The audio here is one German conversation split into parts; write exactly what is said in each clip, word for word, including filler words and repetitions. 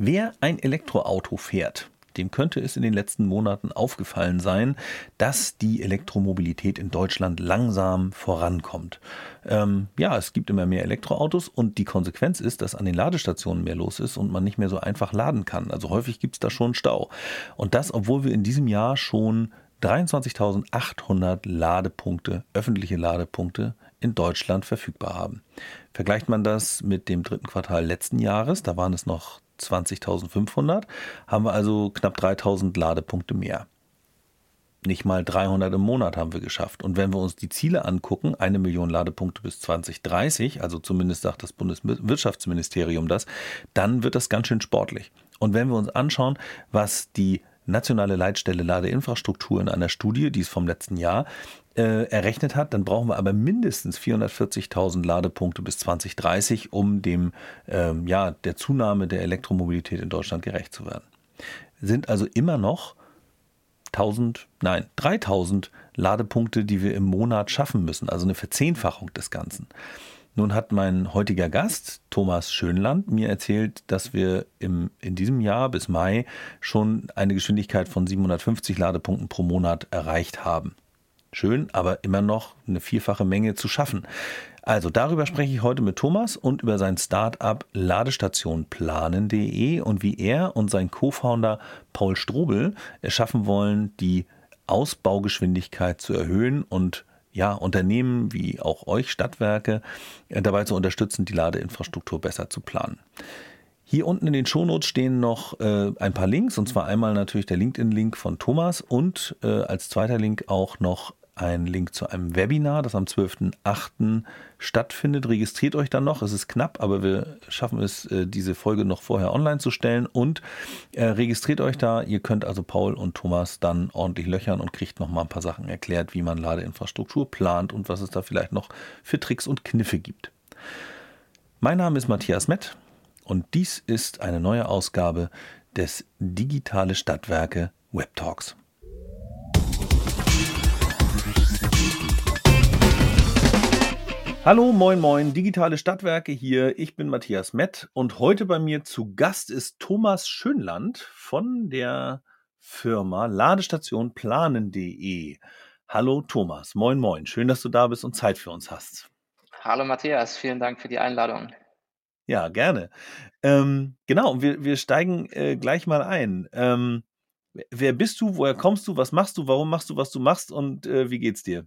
Wer ein Elektroauto fährt, dem könnte es in den letzten Monaten aufgefallen sein, dass die Elektromobilität in Deutschland langsam vorankommt. Ähm, ja, es gibt immer mehr Elektroautos und die Konsequenz ist, dass an den Ladestationen mehr los ist und man nicht mehr so einfach laden kann. Also häufig gibt es da schon Stau. Und das, obwohl wir in diesem Jahr schon dreiundzwanzigtausendachthundert Ladepunkte, öffentliche Ladepunkte in Deutschland verfügbar haben. Vergleicht man das mit dem dritten Quartal letzten Jahres, da waren es noch zwanzigtausendfünfhundert, haben wir also knapp dreitausend Ladepunkte mehr. Nicht mal dreihundert im Monat haben wir geschafft. Und wenn wir uns die Ziele angucken, eine Million Ladepunkte bis zwanzig dreißig, also zumindest sagt das Bundeswirtschaftsministerium das, dann wird das ganz schön sportlich. Und wenn wir uns anschauen, was die nationale Leitstelle Ladeinfrastruktur in einer Studie, die ist vom letzten Jahr, äh, errechnet hat, dann brauchen wir aber mindestens vierhundertvierzigtausend Ladepunkte bis zwanzig dreißig, um dem, ähm, ja, der Zunahme der Elektromobilität in Deutschland gerecht zu werden. Sind also immer noch tausend, nein, dreitausend Ladepunkte, die wir im Monat schaffen müssen, also eine Verzehnfachung des Ganzen. Nun hat mein heutiger Gast, Thomas Schönland, mir erzählt, dass wir im, in diesem Jahr bis Mai schon eine Geschwindigkeit von siebenhundertfünfzig Ladepunkten pro Monat erreicht haben. Schön, aber immer noch eine vierfache Menge zu schaffen. Also darüber spreche ich heute mit Thomas und über sein Start-up Ladestationplanen punkt de und wie er und sein Co-Founder Paul Strobel es schaffen wollen, die Ausbaugeschwindigkeit zu erhöhen und ja, Unternehmen wie auch euch Stadtwerke dabei zu unterstützen, die Ladeinfrastruktur besser zu planen. Hier unten in den Shownotes stehen noch äh, ein paar Links, und zwar einmal natürlich der LinkedIn-Link von Thomas und äh, als zweiter Link auch noch ein Link zu einem Webinar, das am zwölften achten stattfindet. Registriert euch dann noch, es ist knapp, aber wir schaffen es, äh, diese Folge noch vorher online zu stellen und äh, registriert euch da. Ihr könnt also Paul und Thomas dann ordentlich löchern und kriegt noch mal ein paar Sachen erklärt, wie man Ladeinfrastruktur plant und was es da vielleicht noch für Tricks und Kniffe gibt. Mein Name ist Matthias Mett. Und dies ist eine neue Ausgabe des Digitale Stadtwerke Web Talks. Hallo, moin, moin, Digitale Stadtwerke hier. Ich bin Matthias Mett und heute bei mir zu Gast ist Thomas Schönland von der Firma Ladestation Planen punkt de. Hallo Thomas, moin, moin. Schön, dass du da bist und Zeit für uns hast. Hallo Matthias, vielen Dank für die Einladung. Ja, gerne. Ähm, genau, wir, wir steigen äh, gleich mal ein. Ähm, wer bist du, woher kommst du, was machst du, warum machst du, was du machst und äh, wie geht's dir?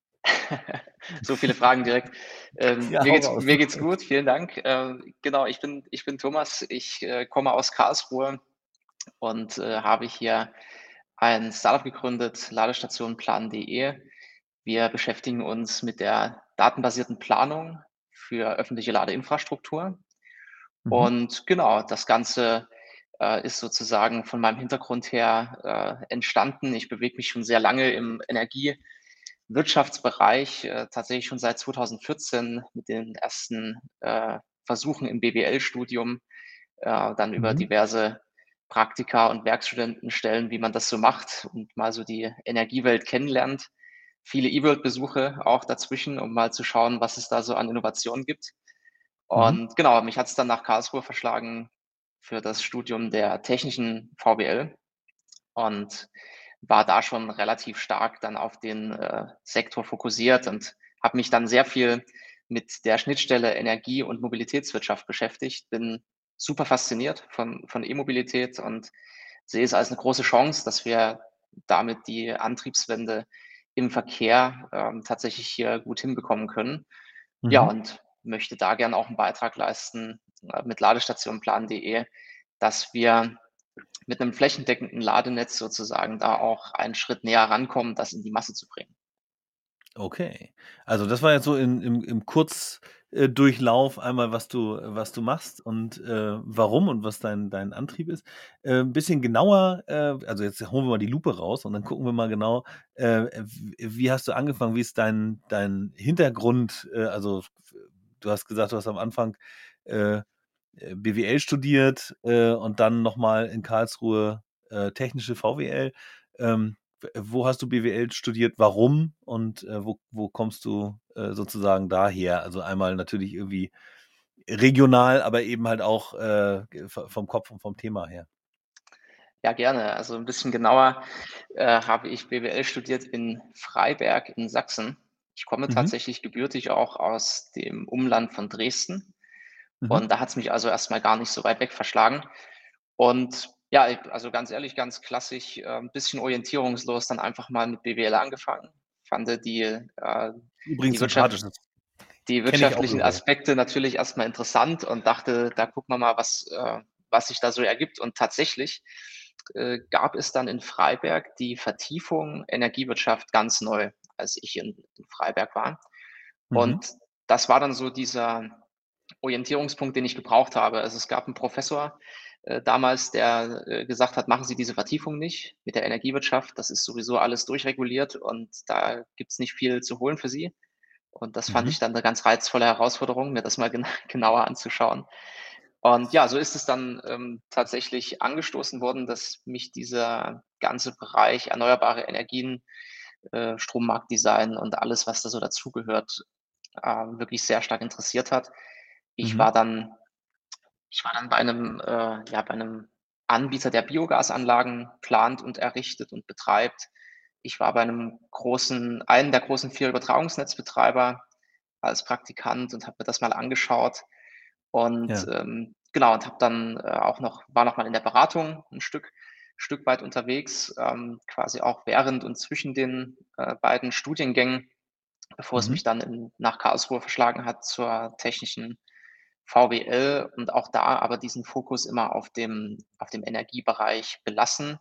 So viele Fragen direkt. Ähm, Ja, mir hau geht's, raus. mir geht's gut, vielen Dank. Ähm, genau, ich bin, ich bin Thomas, ich äh, komme aus Karlsruhe und äh, habe hier ein Startup gegründet, Ladestation Planen punkt de. Wir beschäftigen uns mit der datenbasierten Planung für öffentliche Ladeinfrastruktur. Mhm. Und genau, das Ganze äh, ist sozusagen von meinem Hintergrund her äh, entstanden. Ich bewege mich schon sehr lange im Energiewirtschaftsbereich, äh, tatsächlich schon seit zweitausendvierzehn mit den ersten äh, Versuchen im B W L-Studium, äh, dann über Mhm. diverse Praktika und Werkstudentenstellen, wie man das so macht und mal so die Energiewelt kennenlernt. Viele E-World-Besuche auch dazwischen, um mal zu schauen, was es da so an Innovationen gibt. Mhm. Und genau, mich hat es dann nach Karlsruhe verschlagen für das Studium der technischen V W L und war da schon relativ stark dann auf den äh, Sektor fokussiert und habe mich dann sehr viel mit der Schnittstelle Energie- und Mobilitätswirtschaft beschäftigt. Bin super fasziniert von, von E-Mobilität und sehe es als eine große Chance, dass wir damit die Antriebswende im Verkehr ähm, tatsächlich hier gut hinbekommen können. Ja, Mhm. und möchte da gerne auch einen Beitrag leisten äh, mit Ladestationplan punkt de, dass wir mit einem flächendeckenden Ladenetz sozusagen da auch einen Schritt näher rankommen, das in die Masse zu bringen. Okay. Also das war jetzt so in, im, im Kurzdurchlauf einmal, was du, was du machst und äh, warum und was dein, dein Antrieb ist. Äh, ein bisschen genauer, äh, also jetzt holen wir mal die Lupe raus und dann gucken wir mal genau, äh, wie wie hast du angefangen, wie ist dein, dein Hintergrund, äh, also du hast gesagt, du hast am Anfang äh, B W L studiert äh, und dann nochmal in Karlsruhe äh, technische V W L. Ähm, w- wo hast du B W L studiert? Warum? Und äh, wo, wo kommst du äh, sozusagen daher? Also einmal natürlich irgendwie regional, aber eben halt auch äh, v- vom Kopf und vom Thema her. Ja, gerne. Also ein bisschen genauer äh, habe ich B W L studiert in Freiberg in Sachsen. Ich komme Mhm. tatsächlich gebürtig auch aus dem Umland von Dresden. Mhm. Und da hat es mich also erstmal gar nicht so weit weg verschlagen. Und ja, ich also ganz ehrlich, ganz klassisch, äh, 'n bisschen orientierungslos dann einfach mal mit B W L angefangen. Fand die, äh Übrigens die Wirtschaft sympathisch, das die kenne ich auch wirtschaftlichen irgendwoher. Aspekte natürlich erstmal interessant und dachte, da gucken wir mal, was äh, was sich da so ergibt. Und tatsächlich, äh, gab es dann in Freiberg die Vertiefung Energiewirtschaft ganz neu, als ich in in Freiberg war. Mhm. Und das war dann so dieser Orientierungspunkt, den ich gebraucht habe. Also, es gab 'n Professor, äh, damals, der, äh, gesagt hat: „Machen Sie diese Vertiefung nicht mit der Energiewirtschaft. Das ist sowieso alles durchreguliert und da gibt's nicht viel zu holen für Sie.“ Und das fand Mhm. ich dann 'ne ganz reizvolle Herausforderung, mir das mal gen genauer anzuschauen. Und ja, so ist es dann, ähm, tatsächlich angestoßen worden, dass mich dieser ganze Bereich erneuerbare Energien, äh, Strommarktdesign und alles, was da so dazugehört, ähm, wirklich sehr stark interessiert hat. Ich Mhm. war dann ich war dann bei einem äh, ja, bei einem Anbieter, der Biogasanlagen plant und errichtet und betreibt. Ich war bei einem großen einem der großen vier Übertragungsnetzbetreiber als Praktikant und habe mir das mal angeschaut und, Ja. ähm, genau, und habe dann, äh, auch noch war noch mal in der Beratung ein Stück Stück weit unterwegs, ähm, quasi auch während und zwischen den, äh, beiden Studiengängen, bevor es Mhm. mich dann in nach Karlsruhe verschlagen hat zur technischen V W L und auch da aber diesen Fokus immer auf dem auf dem Energiebereich belassen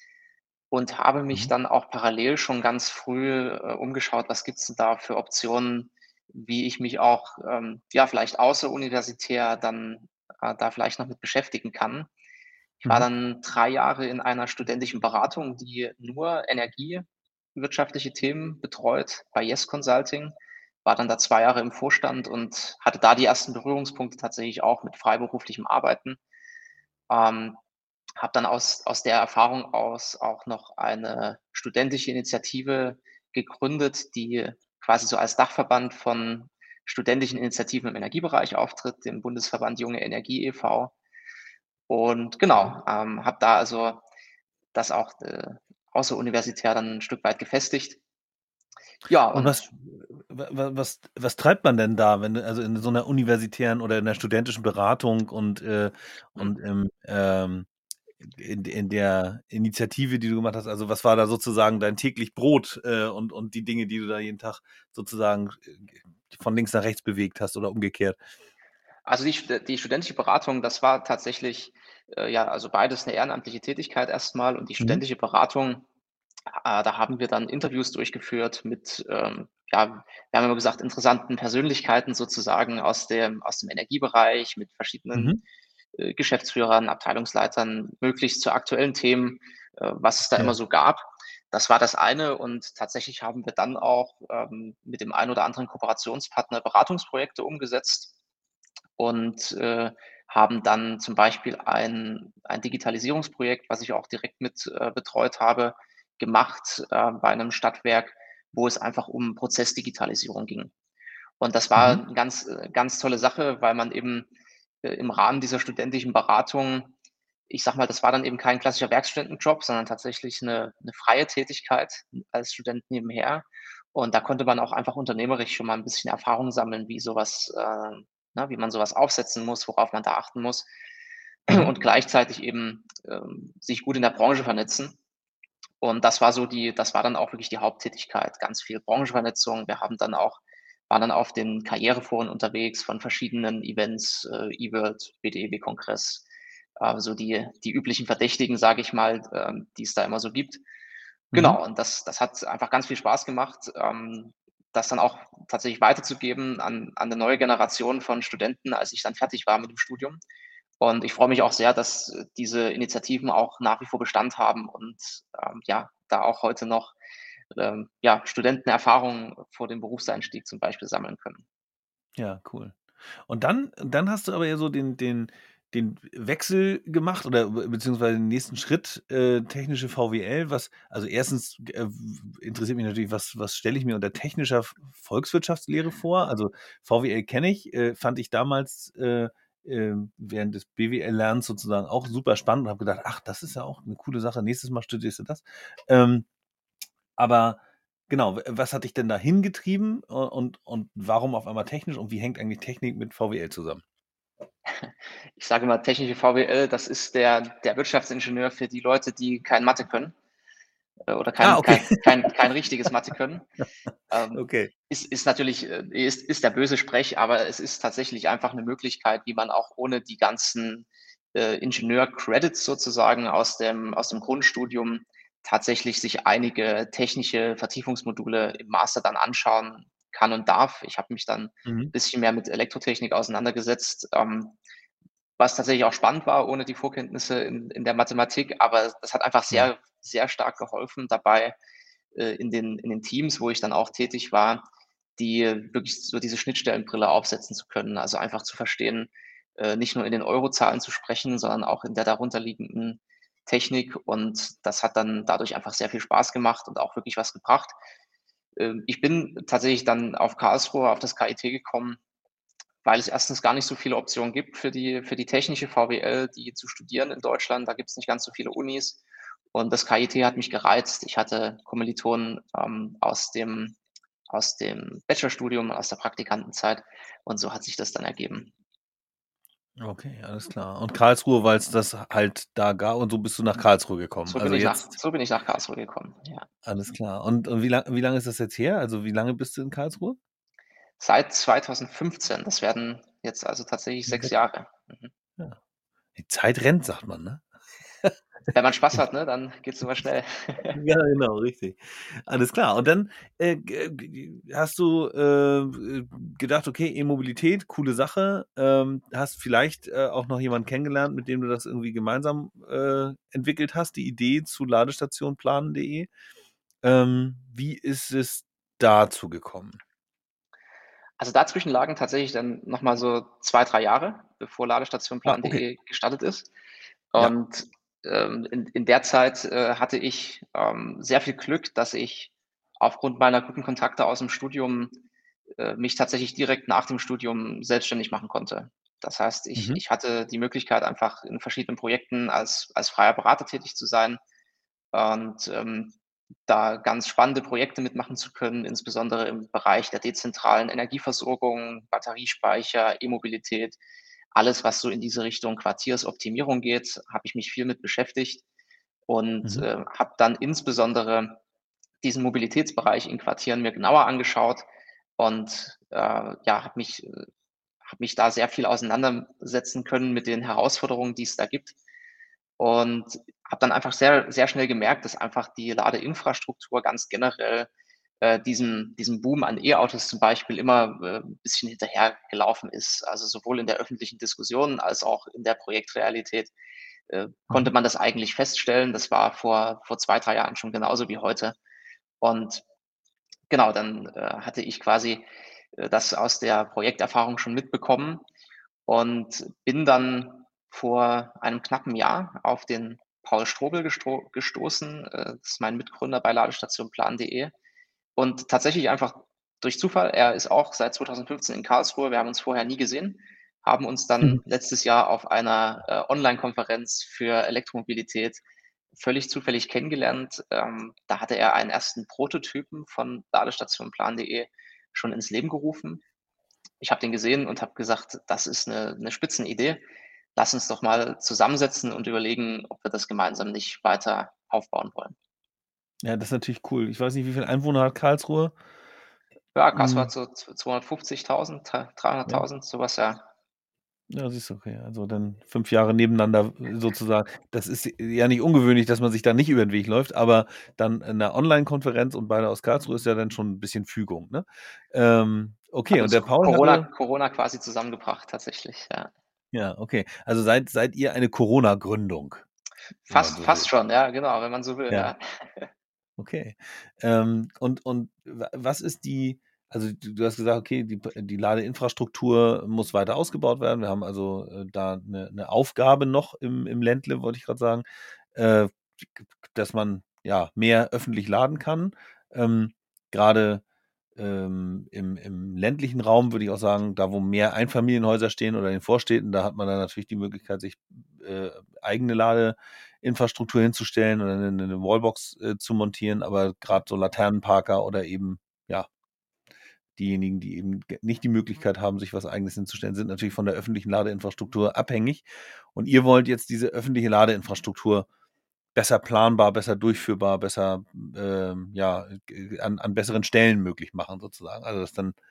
und habe mich Mhm. dann auch parallel schon ganz früh, äh, umgeschaut, was gibt's denn da für Optionen, wie ich mich auch, ähm, ja, vielleicht außeruniversitär dann, äh, da vielleicht noch mit beschäftigen kann. Ich war Mhm. dann drei Jahre in einer studentischen Beratung, die nur energiewirtschaftliche Themen betreut bei Yes Consulting, war dann da zwei Jahre im Vorstand und hatte da die ersten Berührungspunkte tatsächlich auch mit freiberuflichem Arbeiten. Ähm, Habe dann aus aus der Erfahrung aus auch noch eine studentische Initiative gegründet, die quasi so als Dachverband von studentischen Initiativen im Energiebereich auftritt, dem Bundesverband Junge Energie e V. Und genau, ähm, habe da also das auch, äh, außeruniversitär dann 'n Stück weit gefestigt. Ja, Und was, und wa- wa- was, was treibt man denn da, wenn du, also in so einer universitären oder in einer studentischen Beratung und, äh, hm, und im, ähm, in, in der Initiative, die du gemacht hast, also was war da sozusagen dein täglich Brot äh, und, und die Dinge, die du da jeden Tag sozusagen äh, von links nach rechts bewegt hast oder umgekehrt? also die St die studentische Beratung, das war tatsächlich, äh, ja, also beides 'ne ehrenamtliche Tätigkeit erst mal und die Mhm. studentische Beratung, äh, da haben wir dann Interviews durchgeführt mit, ähm, ja, wir haben immer gesagt, interessanten Persönlichkeiten sozusagen aus dem aus dem Energiebereich, mit verschiedenen, Mhm. äh, Geschäftsführern, Abteilungsleitern, möglichst zu aktuellen Themen, äh, was es da immer Ja. so gab. Das war das eine und tatsächlich haben wir dann auch, ähm, mit dem einen oder anderen Kooperationspartner Beratungsprojekte umgesetzt und, äh, haben dann zum Beispiel ein ein Digitalisierungsprojekt, was ich auch direkt mit, äh, betreut habe, gemacht, äh, bei einem Stadtwerk, wo es einfach um Prozessdigitalisierung ging. Und das war Mhm. 'ne ganz äh, ganz tolle Sache, weil man eben, äh, im Rahmen dieser studentischen Beratung, ich sage mal, das war dann eben kein klassischer Werkstudentenjob, sondern tatsächlich 'ne 'ne freie Tätigkeit als Student nebenher. Und da konnte man auch einfach unternehmerisch schon mal 'n bisschen Erfahrung sammeln, wie so was, äh ne, wie man so was aufsetzen muss, worauf man da achten muss Mhm. und gleichzeitig eben, ähm, sich gut in der Branche vernetzen. Und das war so die das war dann auch wirklich die Haupttätigkeit, ganz viel Branchenvernetzung. Wir haben dann auch waren dann auf den Karriereforen unterwegs von verschiedenen Events, äh, eWorld, B D E W-Kongress, äh, so die die üblichen Verdächtigen, sage ich mal, ähm, die es da immer so gibt. Mhm. Genau, und das das hat einfach ganz viel Spaß gemacht, ähm, das dann auch tatsächlich weiterzugeben an an 'ne neue Generation von Studenten, als ich dann fertig war mit dem Studium. Und ich freue mich auch sehr, dass, äh, diese Initiativen auch nach wie vor Bestand haben und, ähm, ja, da auch heute noch, ähm, ja, Studenten Erfahrungen vor dem Berufseinstieg zum Beispiel sammeln können. Ja, cool. Und dann dann hast du aber ja so den den den Wechsel gemacht oder be beziehungsweise den nächsten Schritt, äh, technische V W L, was also erstens äh, w interessiert mich natürlich, was was stelle ich mir unter technischer V Volkswirtschaftslehre vor? Also, V W L kenne ich, äh, fand ich damals, äh, ähm, während des B W L-Lernens sozusagen auch super spannend und habe gedacht: „Ach, das ist ja auch eine coole Sache. Nächstes Mal studierst du das.“ Ähm, aber genau, w was hat dich denn da hingetrieben u und und warum auf einmal technisch und wie hängt eigentlich Technik mit V W L zusammen? Ich sage immer, technische V W L, das ist der der Wirtschaftsingenieur für die Leute, die kein Mathe können, äh, oder Ah, kein okay. kein kein kein richtiges Mathe können. Ähm, Okay. ist ist natürlich, äh ist ist der böse Sprech, aber es ist tatsächlich einfach 'ne Möglichkeit, wie man auch ohne die ganzen, äh, Ingenieur-Credits sozusagen aus dem aus dem Grundstudium tatsächlich sich einige technische Vertiefungsmodule im Master dann anschauen kann und darf. Ich habe mich dann Mhm. bisschen mehr mit Elektrotechnik auseinandergesetzt, ähm, was tatsächlich auch spannend war ohne die Vorkenntnisse in in der Mathematik, aber das hat einfach Ja. sehr, sehr stark geholfen dabei, äh, in den in den Teams, wo ich dann auch tätig war, die wirklich so diese Schnittstellenbrille aufsetzen zu können. Also, einfach zu verstehen, äh, nicht nur in den Eurozahlen zu sprechen, sondern auch in der darunter liegenden Technik und das hat dann dadurch einfach sehr viel Spaß gemacht und auch wirklich was gebracht. Ähm, ich bin tatsächlich dann auf Karlsruhe, auf das K I T gekommen, weil es erstens gar nicht so viele Optionen gibt für die für die technische V W L, die zu studieren in Deutschland. Da gibt's nicht ganz so viele Unis und das K I T hat mich gereizt. Ich hatte Kommilitonen, ähm, aus dem aus dem Bachelorstudium, aus der Praktikantenzeit und so hat sich das dann ergeben. Okay, alles klar. Und Karlsruhe, weil's das halt da gab und so bist du nach Karlsruhe gekommen. So bin Also, ich nach jetzt so bin ich nach Karlsruhe gekommen, ja. Alles klar. Und und wie lang wie lange ist das jetzt her? Also, wie lange bist du in Karlsruhe? Seit zweitausendfünfzehn. Das werden jetzt also tatsächlich sechs Jahre. Mhm. Ja. Die Zeit rennt, sagt man, ne? Wenn man Spaß hat, ne, dann geht's immer schnell. Ja, genau, richtig. Alles klar. Und dann, äh, g g hast du, äh, äh, gedacht: „Okay, E-Mobilität, coole Sache.“ Ähm, hast vielleicht, äh, auch noch jemanden kennengelernt, mit dem du das irgendwie gemeinsam, äh, entwickelt hast, die Idee zu ladestationplanen.de. Ähm, wie ist es dazu gekommen? Also, dazwischen lagen tatsächlich dann noch mal so zwei, drei Jahre, bevor Ah, okay. ladestationplanen.de gestartet ist. Ja. Und, ähm, in in der Zeit, äh, hatte ich, ähm, sehr viel Glück, dass ich aufgrund meiner guten Kontakte aus'm Studium, äh, mich tatsächlich direkt nach dem Studium selbstständig machen konnte. Das heißt, ich Mhm. ich hatte die Möglichkeit, einfach in verschiedenen Projekten als als freier Berater tätig zu sein und, ähm, da ganz spannende Projekte mitmachen zu können, insbesondere im Bereich der dezentralen Energieversorgung, Batteriespeicher, E-Mobilität. Alles, was so in diese Richtung Quartiersoptimierung geht, habe ich mich viel mit beschäftigt und, Mhm. äh, habe dann insbesondere diesen Mobilitätsbereich in Quartieren mir genauer angeschaut und, äh, ja, habe mich äh, habe mich da sehr viel auseinandersetzen können mit den Herausforderungen, die es da gibt. Und habe dann einfach sehr sehr schnell gemerkt, dass einfach die Ladeinfrastruktur ganz generell, äh, diesem diesem Boom an E-Autos zum Beispiel immer, äh, bisschen hinterhergelaufen ist. Also, sowohl in der öffentlichen Diskussion als auch in der Projektrealität, äh, konnte Mhm. man das eigentlich feststellen. Das war vor vor zwei, drei Jahren schon genauso wie heute. Und genau, dann, äh, hatte ich quasi, äh, das aus der Projekterfahrung schon mitbekommen und bin dann vor einem knappen Jahr auf den Paul Strobel gestro gestoßen. Äh, das ist mein Mitgründer bei ladestationplanen.de und tatsächlich einfach durch Zufall. Er ist auch seit zweitausendfünfzehn in Karlsruhe. Wir haben uns vorher nie gesehen, haben uns Mhm. dann letztes Jahr auf einer, äh, Onlinekonferenz für Elektromobilität völlig zufällig kennengelernt. Ähm, da hatte er einen ersten Prototypen von ladestationplanen.de schon ins Leben gerufen. Ich habe den gesehen und habe gesagt: „Das ist 'ne 'ne Spitzenidee. Lass uns doch mal zusammensetzen und überlegen, ob wir das gemeinsam nicht weiter aufbauen wollen.“ Ja, das ist natürlich cool. Ich weiß nicht, wie viel Einwohner hat Karlsruhe? Ja, Karlsruhe hat Hm. so zw zweihundertfünfzigtausend, dre Ja. dreihunderttausend, so was, ja. Ja, siehst du, okay. Also, dann fünf Jahre nebeneinander sozusagen. Das ist ja nicht ungewöhnlich, dass man sich da nicht über 'n Weg läuft, aber dann in 'ner Onlinekonferenz und beide aus Karlsruhe ist ja dann schon 'n bisschen Fügung, ne? Ähm, okay, Hat und uns der Co Paul Corona hatte Corona quasi zusammengebracht tatsächlich, ja. Ja, okay. Also, seid seid ihr eine Corona-Gründung, wenn man Fast so fast will? schon, ja, genau, wenn man so will, Ja. ja. Okay. Ähm, und und wa was ist die Also du du hast gesagt, okay, die die Ladeinfrastruktur muss weiter ausgebaut werden. Wir haben also, äh, da eine 'ne Aufgabe noch im im Ländle, wollte ich gerade sagen, äh, dass man, ja, mehr öffentlich laden kann. Ähm, grade, ähm, im im ländlichen Raum würde ich auch sagen, da wo mehr Einfamilienhäuser stehen oder in den Vorstädten, da hat man dann natürlich die Möglichkeit, sich, äh, eigene Ladeinfrastruktur hinzustellen oder eine 'ne Wallbox, äh, zu montieren. Aber gerade so Laternenparker oder eben, ja, diejenigen, die eben g nicht die Möglichkeit haben, sich was Eigenes hinzustellen, sind natürlich von der öffentlichen Ladeinfrastruktur abhängig. Und ihr wollt jetzt diese öffentliche Ladeinfrastruktur besser planbar, besser durchführbar, besser, ähm, ja, g an an besseren Stellen möglich machen sozusagen. Also, das dann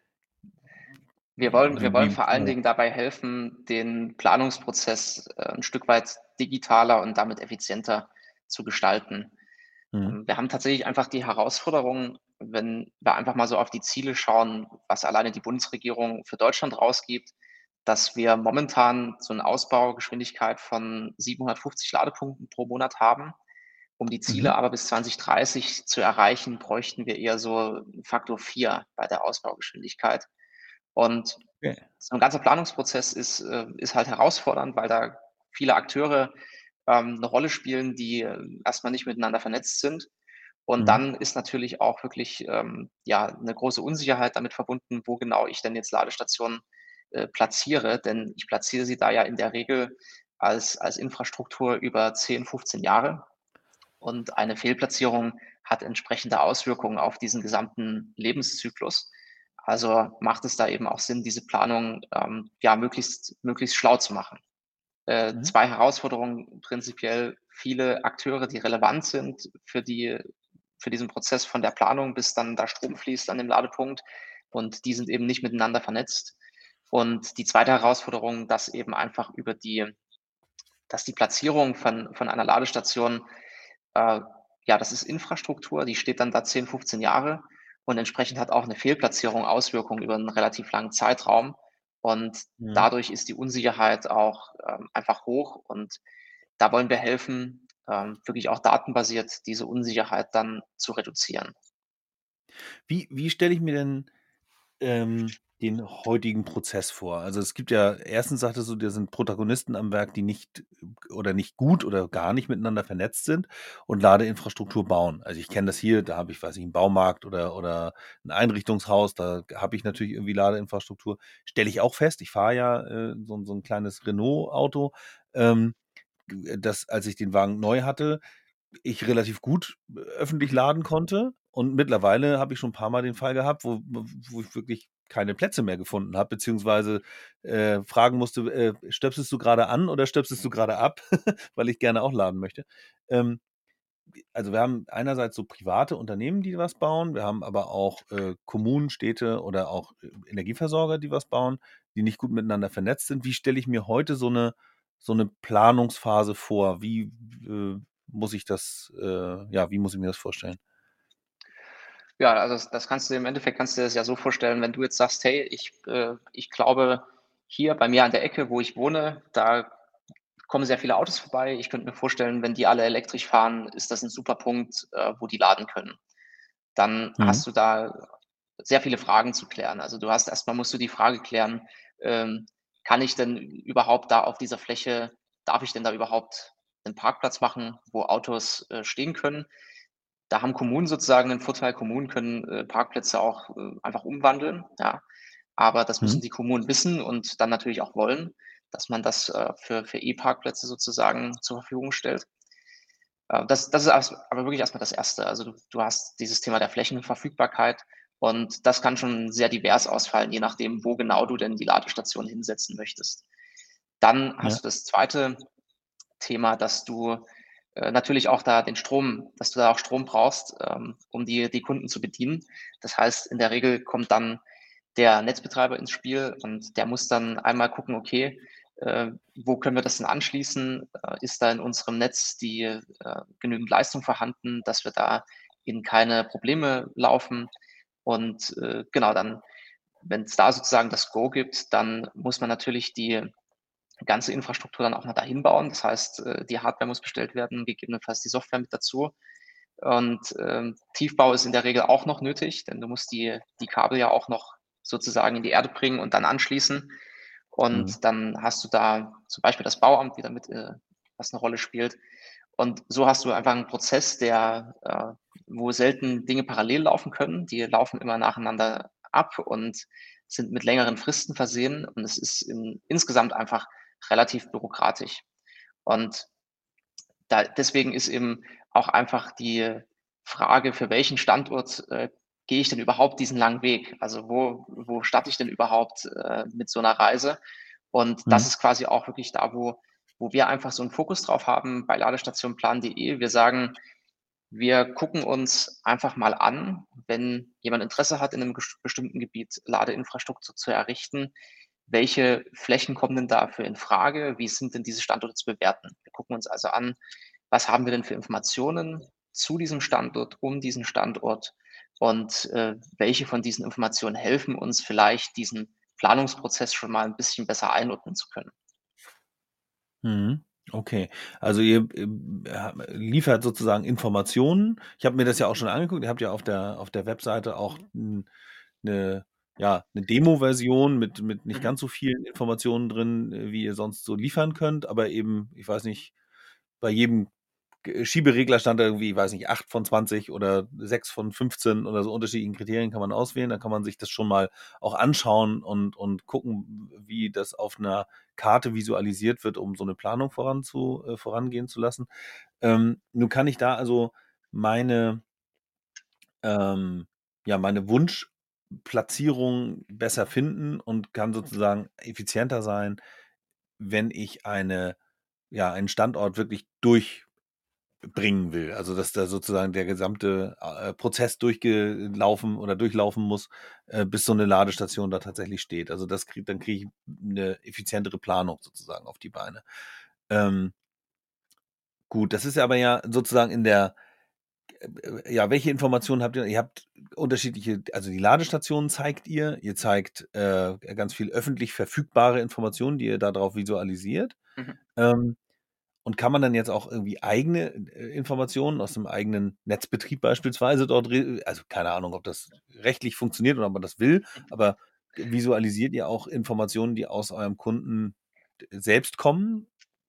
Wir wollen wir wie wollen wie vor allen ja. Dingen dabei helfen, den Planungsprozess, äh, 'n Stück weit digitaler und damit effizienter zu gestalten. Mhm. Ähm, wir haben tatsächlich einfach die Herausforderung, wenn wir einfach mal so auf die Ziele schauen, was alleine die Bundesregierung für Deutschland rausgibt, dass wir momentan so 'ne Ausbaugeschwindigkeit von siebenhundertfünfzig Ladepunkten pro Monat haben. Um die Mhm. Ziele aber bis zwanzig dreißig zu erreichen, bräuchten wir eher so Faktor vier bei der Ausbaugeschwindigkeit. Und Okay. so 'n ganzer Planungsprozess ist äh, ist halt herausfordernd, weil da viele Akteure, ähm, 'ne Rolle spielen, die, äh, erst mal nicht miteinander vernetzt sind. Und Mhm. dann ist natürlich auch wirklich, ähm, ja, 'ne große Unsicherheit damit verbunden, wo genau ich denn jetzt Ladestationen, äh, platziere, denn ich platziere sie da ja in der Regel als als Infrastruktur über zehn, fünfzehn Jahre. Und eine Fehlplatzierung hat entsprechende Auswirkungen auf diesen gesamten Lebenszyklus. Also, macht es da eben auch Sinn, diese Planung, ähm, ja, möglichst möglichst schlau zu machen. Äh, Mhm. zwei Herausforderungen prinzipiell: Viele Akteure, die relevant sind für die für diesen Prozess von der Planung, bis dann da Strom fließt an dem Ladepunkt, und die sind eben nicht miteinander vernetzt. Und die zweite Herausforderung, dass eben einfach über die dass die Platzierung von von einer Ladestation, äh ja, das ist Infrastruktur, die steht dann da zehn, fünfzehn Jahre, und entsprechend hat auch 'ne Fehlplatzierung Auswirkungen über 'n relativ langen Zeitraum. Und Mhm. dadurch ist die Unsicherheit auch, ähm, einfach hoch, und da wollen wir helfen, ähm, wirklich auch datenbasiert diese Unsicherheit dann zu reduzieren. Wie wie stelle ich mir denn, ähm, den heutigen Prozess vor? Also, es gibt ja erstens sagtest du, da sind Protagonisten am Werk, die nicht oder nicht gut oder gar nicht miteinander vernetzt sind und Ladeinfrastruktur bauen. Also, ich kenne das hier, da habe ich, weiß ich, 'n Baumarkt oder oder 'n Einrichtungshaus, da habe ich natürlich irgendwie Ladeinfrastruktur. Stelle ich auch fest, ich fahre ja, äh, so 'n so 'n kleines Renault-Auto, ähm, g das, als ich den Wagen neu hatte, ich relativ gut öffentlich Mhm. laden konnte. Und mittlerweile habe ich schon 'n paarmal den Fall gehabt, wo w wo ich wirklich keine Plätze mehr gefunden habe, beziehungsweise, äh, fragen musste: „Äh, stöpselst du grade an oder stöpselst du grade ab?“ Weil ich gerne auch laden möchte. Ähm, also, wir haben einerseits so private Unternehmen, die was bauen. Wir haben aber auch, äh, Kommunen, Städte oder auch, äh, Energieversorger, die was bauen, die nicht gut miteinander vernetzt sind. Wie stelle ich mir heute so 'ne so 'ne Planungsphase vor? Wie, äh, muss ich das äh, ja, wie muss ich mir das vorstellen? Ja, also das das kannst du im Endeffekt kannst du dir das ja so vorstellen, wenn du jetzt sagst: „Hey, ich äh, ich glaube, hier bei mir an der Ecke, wo ich wohne, da kommen sehr viele Autos vorbei. Ich könnte mir vorstellen, wenn die alle elektrisch fahren, ist das 'n super Punkt, äh, wo die laden können.“ Dann Mhm. hast du da sehr viele Fragen zu klären. Also, du hast erst mal musst du die Frage klären, ähm: „Kann ich denn überhaupt da auf dieser Fläche darf ich denn da überhaupt 'nen Parkplatz machen, wo Autos, äh, stehen können?“ Da haben Kommunen sozusagen 'nen Vorteil. Kommunen können, äh, Parkplätze auch, äh, einfach umwandeln, ja. Aber das müssen Mhm. die Kommunen wissen und dann natürlich auch wollen, dass man das, äh, für für E-Parkplätze sozusagen zur Verfügung stellt. Äh, das das ist erst aber wirklich erst mal das Erste. Also, du du hast dieses Thema der Flächenverfügbarkeit, und das kann schon sehr divers ausfallen, je nachdem, wo genau du denn die Ladestation hinsetzen möchtest. Dann Ja. hast du das zweite Thema, dass du, äh, natürlich auch da den Strom dass du da auch Strom brauchst, ähm, um die die Kunden zu bedienen. Das heißt, in der Regel kommt dann der Netzbetreiber ins Spiel, und der muss dann einmal gucken: „Okay, äh, wo können wir das denn anschließen? Äh, ist da in unserem Netz die äh, genügend Leistung vorhanden, dass wir da in keine Probleme laufen?“ Und, äh, genau, dann, wenn's da sozusagen das Go gibt, dann muss man natürlich die ganze Infrastruktur dann auch noch dahin bauen. Das heißt, äh, die Hardware muss bestellt werden, gegebenenfalls die Software mit dazu. Und, ähm, Tiefbau ist in der Regel auch noch nötig, denn du musst die die Kabel ja auch noch sozusagen in die Erde bringen und dann anschließen. Mhm. Und dann hast du da zum Beispiel das Bauamt wieder mit, äh, was 'ne Rolle spielt. Und so hast du einfach 'n Prozess, der äh, wo selten Dinge parallel laufen können. Die laufen immer nacheinander ab und sind mit längeren Fristen versehen und es ist in insgesamt einfach relativ bürokratisch. Und da deswegen ist eben auch einfach die Frage, für welchen Standort, äh, gehe ich denn überhaupt diesen langen Weg? Also, wo wo starte ich denn überhaupt, äh, mit so 'ner Reise? Und das Mhm. ist quasi auch wirklich da, wo wo wir einfach so 'n Fokus drauf haben bei ladestationplan.de. Wir sagen, wir gucken uns einfach mal an, wenn jemand Interesse hat, in 'nem gesch bestimmten Gebiet Ladeinfrastruktur zu errichten, welche Flächen kommen denn dafür infrage? Wie sind denn diese Standorte zu bewerten? Wir gucken uns also an, was haben wir denn für Informationen zu diesem Standort, um diesen Standort und, äh, welche von diesen Informationen helfen uns vielleicht, diesen Planungsprozess schon mal 'n bisschen besser einordnen zu können. Mhm. Okay. Also ihr, ähm, ha liefert sozusagen Informationen. Ich habe mir das ja auch schon angeguckt. Ihr habt ja auf der auf der Webseite auch 'n 'ne ja, 'ne Demoversion mit mit nicht Mhm. ganz so vielen Informationen drin, äh, wie ihr sonst so liefern könnt, aber eben, ich weiß nicht, bei jedem g Schieberegler stand da irgendwie, weiß nicht, acht von zwanzig oder sechs von fünfzehn oder so unterschiedlichen Kriterien kann man auswählen. Da kann man sich das schon mal auch anschauen und und gucken, w wie das auf 'ner Karte visualisiert wird, um so 'ne Planung voranzu äh, vorangehen zu lassen. Ähm, nun kann ich da also meine ähm, ja, meine Wunschplatzierung besser finden und kann sozusagen effizienter sein, wenn ich eine ja, einen Standort wirklich durchbringen will. Also, dass da sozusagen der gesamte, äh, Prozess durchgelaufen oder durchlaufen muss, äh, bis so 'ne Ladestation da tatsächlich steht. Also, das kriege dann kriege ich 'ne effizientere Planung sozusagen auf die Beine. Ähm gut, das ist aber ja sozusagen in der äh, ja, welche Informationen habt ihr? Ihr habt unterschiedliche also, die Ladestationen zeigt ihr. Ihr zeigt, äh, ganz viel öffentlich verfügbare Informationen, die ihr da drauf visualisiert. Mhm. Ähm, und kann man dann jetzt auch irgendwie eigene, äh, Informationen aus dem eigenen Netzbetrieb beispielsweise dort re also, keine Ahnung, ob das rechtlich funktioniert oder ob man das will, aber visualisiert ihr auch Informationen, die aus eurem Kunden d selbst kommen?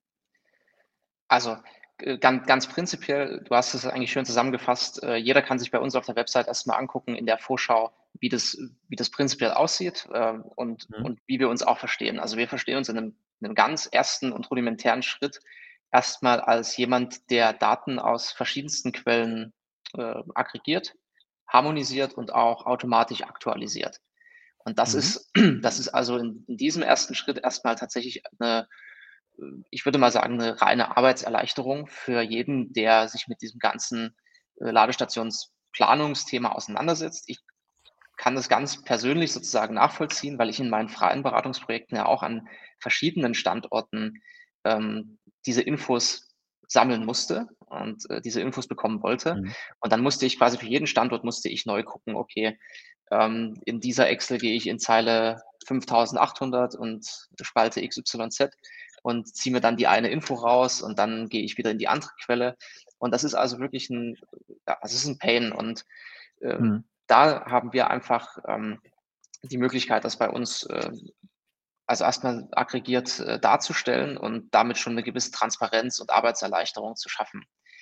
Also, g gan ganz prinzipiell, du hast es eigentlich schön zusammengefasst, äh, jeder kann sich bei uns auf der Website erst mal angucken in der Vorschau, wie das wie das prinzipiell aussieht, ähm, und Mhm. und wie wir uns auch verstehen. Also, wir verstehen uns in 'nem in 'nem ganz ersten und rudimentären Schritt erst mal als jemand, der Daten aus verschiedensten Quellen, äh, aggregiert, harmonisiert und auch automatisch aktualisiert. Und das Mhm. ist das ist also in in diesem ersten Schritt erst mal tatsächlich 'ne äh, ich würde mal sagen, 'ne reine Arbeitserleichterung für jeden, der sich mit diesem ganzen, äh, Ladestationsplanungsthema auseinandersetzt. Ich kann das ganz persönlich sozusagen nachvollziehen, weil ich in meinen freien Beratungsprojekten ja auch an verschiedenen Standorten, ähm, diese Infos sammeln musste und, äh, diese Infos bekommen wollte. Mhm. Und dann musste ich quasi für jeden Standort musste ich neu gucken: „Okay, ähm, in dieser Excel gehe ich in Zeile fünftausendachthundert und Spalte XYZ und ziehe mir dann die eine Info raus und dann gehe ich wieder in die andere Quelle.“ Und das ist also wirklich 'n ja, es ist 'n Pain und, ähm, Mhm. da haben wir einfach, ähm, die Möglichkeit, das bei uns, ähm, also, erst mal aggregiert, äh, darzustellen und damit schon 'ne gewisse Transparenz und Arbeitserleichterung zu schaffen.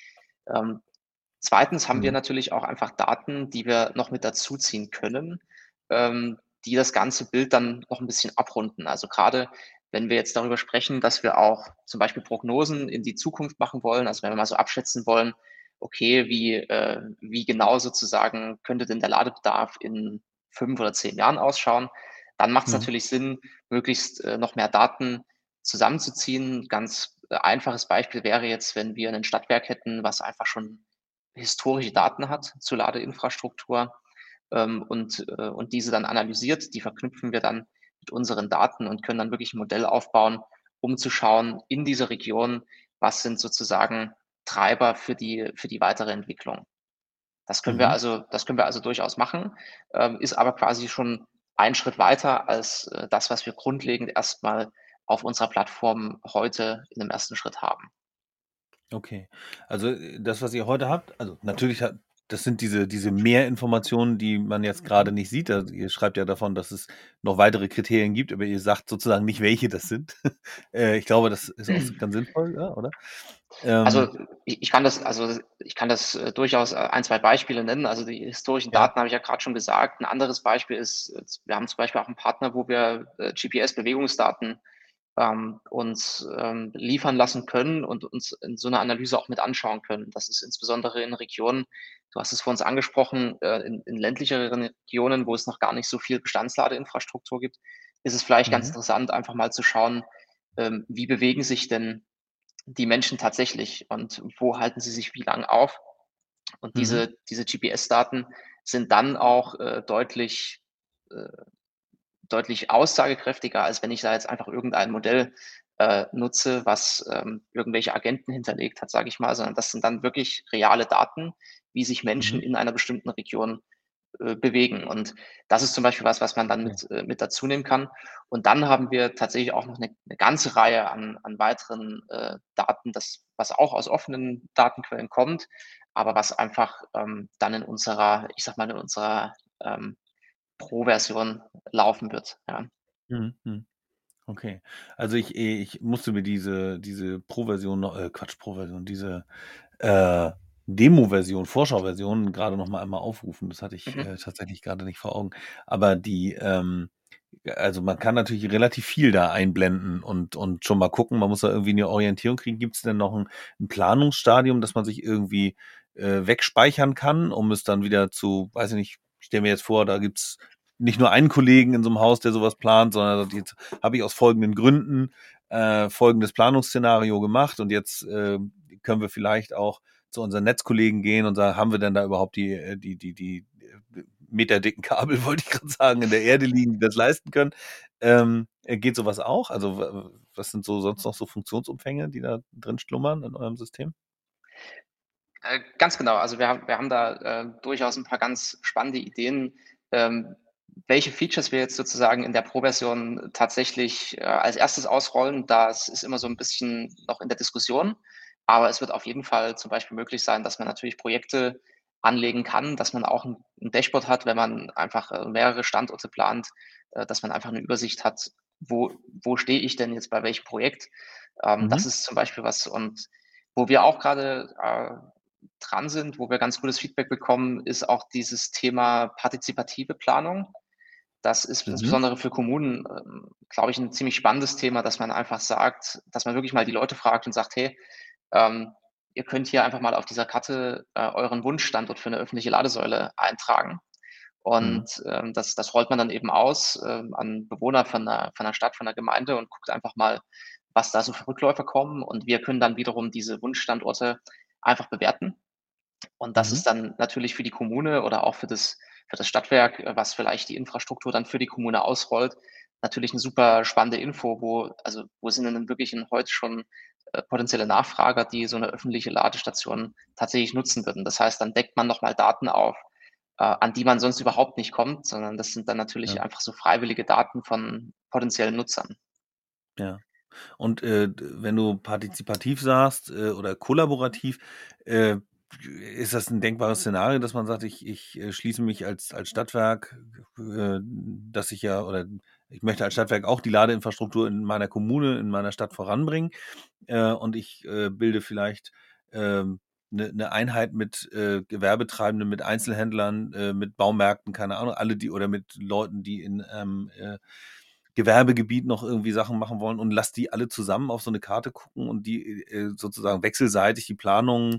Ähm, zweitens haben wir Mhm. natürlich auch einfach Daten, die wir noch mit dazuziehen können, ähm, die das ganze Bild dann noch 'n bisschen abrunden. Also, grade wenn wir jetzt darüber sprechen, dass wir auch zum Beispiel Prognosen in die Zukunft machen wollen, also, wenn wir mal so abschätzen wollen: „Okay, wie äh, wie genau sozusagen könnte denn der Ladebedarf in fünf oder zehn Jahren ausschauen?“ Dann macht's Mhm. natürlich Sinn, möglichst, äh, noch mehr Daten zusammenzuziehen. Ganz, äh, einfaches Beispiel wäre jetzt, wenn wir 'nen Stadtwerk hätten, was einfach schon historische Daten hat zur Ladeinfrastruktur, ähm, und äh, und diese dann analysiert. Die verknüpfen wir dann mit unseren Daten und können dann wirklich 'n Modell aufbauen, um zu schauen in dieser Region, was sind sozusagen Treiber für die für die weitere Entwicklung. Das können wir Mhm. also das können wir also durchaus machen, ähm, ist aber quasi schon ein Schritt weiter als, äh, das, was wir grundlegend erst mal auf unserer Plattform heute in 'nem ersten Schritt haben. Okay. Also, äh, das, was ihr heute habt also, natürlich hat das sind diese diese Mehrinformationen, die man jetzt grade nicht sieht. Also, ihr schreibt ja davon, dass es noch weitere Kriterien gibt, aber ihr sagt sozusagen nicht, welche das sind. Äh, ich glaube, das ist auch s ganz sinnvoll, ja, oder? Also, Ähm, i ich kann das also, ich kann das, äh, durchaus, äh, ein, zwei Beispiele nennen. Also, die historischen ja. Daten habe ich ja grad schon gesagt. 'N anderes Beispiel ist, äh, z wir haben zum Beispiel auch 'n Partner, wo wir, äh, G P S-Bewegungsdaten, ähm, uns, ähm, liefern lassen können und uns in so 'ner Analyse auch mit anschauen können. Das ist insbesondere in Regionen du hast es vor uns angesprochen, äh, in in ländlicheren Regionen, wo es noch gar nicht so viel Bestandsladeinfrastruktur gibt, ist es vielleicht ganz Mhm. interessant, einfach mal zu schauen, ähm, wie bewegen sich denn die Menschen tatsächlich und wo halten sie sich wie lang auf? Und Mhm. diese diese G P S-Daten sind dann auch, äh, deutlich äh, deutlich aussagekräftiger, als wenn ich da jetzt einfach irgendein Modell, äh, nutze, was, ähm, irgendwelche Agenten hinterlegt hat, sage ich mal, sondern das sind dann wirklich reale Daten, wie sich Menschen Mhm. in einer bestimmten Region, äh, bewegen. Und das ist zum Beispiel was, was man dann Okay. mit äh, mit dazu nehmen kann. Und dann haben wir tatsächlich auch noch 'ne 'ne ganze Reihe an an weiteren, äh, Daten, das was auch aus offenen Datenquellen kommt, aber was einfach, ähm, dann in unserer ich sage mal, in unserer, ähm, Pro-Version laufen wird, ja. Mhm, mhm. Okay. Also, ich äh, ich musste mir diese diese Pro-Version noch äh, Quatsch, Pro-Version, diese, äh, Demo-Version, Vorschau-Version grade noch mal einmal aufrufen. Das hatte ich, Mhm. äh, tatsächlich grade nicht vor Augen. Aber die, ähm also, man kann natürlich relativ viel da einblenden und und schon mal gucken. Man muss da irgendwie 'ne Orientierung kriegen. Gibt's denn noch 'n 'n Planungsstadium, dass man sich irgendwie, äh, wegspeichern kann, um es dann wieder zu weiß ich nicht, ich stelle mir jetzt vor, da gibt's nicht nur einen Kollegen in so 'nem Haus, der so was plant, sondern sagt: „Jetzt habe ich aus folgenden Gründen, äh, folgendes Planungsszenario gemacht und jetzt, äh, können wir vielleicht auch zu unseren Netzkollegen gehen und sagen: ‚Haben wir denn da überhaupt die äh, die die die, äh, meterdicken Kabel,‘“ wollte ich grad sagen, „in der Erde liegen, die das leisten können?“ Ähm, äh, geht so was auch? Also, w w was sind so sonst noch so Funktionsumfänge, die da drin schlummern in eurem System? Äh, ganz genau. Also, wir haben wir haben da, äh, durchaus 'n paar ganz spannende Ideen, ähm, welche Features wir jetzt sozusagen in der Pro-Version tatsächlich, äh, als Erstes ausrollen. Das ist immer so 'n bisschen noch in der Diskussion, aber es wird auf jeden Fall zum Beispiel möglich sein, dass man natürlich Projekte anlegen kann, dass man auch 'n 'n Dashboard hat, wenn man einfach, äh, mehrere Standorte plant, äh, dass man einfach 'ne Übersicht hat, wo wo stehe ich denn jetzt bei welchem Projekt? Ähm, das Mhm. ist zum Beispiel was und wo wir auch grade, äh, dran sind, wo wir ganz gutes Feedback bekommen, ist auch dieses Thema partizipative Planung. Das ist Mhm. insbesondere für Kommunen, ähm, glaube ich, 'n ziemlich spannendes Thema, dass man einfach sagt dass man wirklich mal die Leute fragt und sagt: „Hey, ähm, ihr könnt hier einfach mal auf dieser Karte, äh, euren Wunschstandort für 'ne öffentliche Ladesäule eintragen.“ Mhm. Und, ähm, das das rollt man dann eben aus, ähm, an Bewohner von 'ner von 'ner Stadt, von 'ner Gemeinde und guckt einfach mal, was da so für Rückläufe kommen. Und wir können dann wiederum diese Wunschstandorte einfach bewerten. Und das Mhm. ist dann natürlich für die Kommune oder auch für das für das Stadtwerk, äh, was vielleicht die Infrastruktur dann für die Kommune ausrollt, natürlich 'ne super spannende Info, wo also, wo sind denn wirklich denn heute schon, äh, potenzielle Nachfrager, die so 'ne öffentliche Ladestation tatsächlich nutzen würden. Das heißt, dann deckt man noch mal Daten auf, äh, an die man sonst überhaupt nicht kommt, sondern das sind dann natürlich Ja. einfach so freiwillige Daten von potenziellen Nutzern. Ja. Und, äh, d wenn du partizipativ sagst, äh, oder kollaborativ, äh, ist das 'n denkbares Szenario, dass man sagt: „Ich ich, äh, schließe mich als als Stadtwerk, äh, dass ich ja oder ich möchte als Stadtwerk auch die Ladeinfrastruktur in meiner Kommune, in meiner Stadt voranbringen, äh, und ich, äh, bilde vielleicht, ähm, 'ne 'ne Einheit mit, äh, Gewerbetreibenden, mit Einzelhändlern, äh, mit Baumärkten, keine Ahnung, alle, die oder mit Leuten, die in, ähm, äh, Gewerbegebiet noch irgendwie Sachen machen wollen und lasse die alle zusammen auf so 'ne Karte gucken und die, äh, sozusagen wechselseitig die Planung,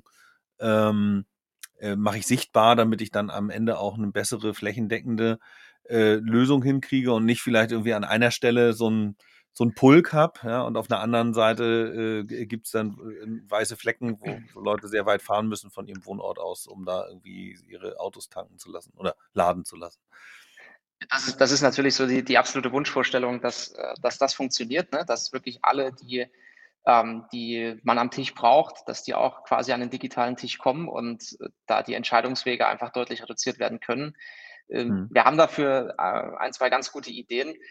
ähm, äh, mache ich sichtbar, damit ich dann am Ende auch 'ne bessere flächendeckende, äh, Lösung hinkriege und nicht vielleicht irgendwie an einer Stelle so 'n so 'n Pulk habe, ja, und auf 'ner anderen Seite, äh, g gibt's dann, äh, weiße Flecken, wo wo Leute sehr weit fahren müssen von ihrem Wohnort aus, um da irgendwie ihre Autos tanken zu lassen oder laden zu lassen. Das ist das ist natürlich so die die absolute Wunschvorstellung, dass äh, dass das funktioniert, ne? Dass wirklich alle, die ähm, die man am Tisch braucht, dass die auch quasi an den digitalen Tisch kommen und, äh, da die Entscheidungswege einfach deutlich reduziert werden können. Ähm, Mhm. wir haben dafür, äh, ein, zwei ganz gute Ideen.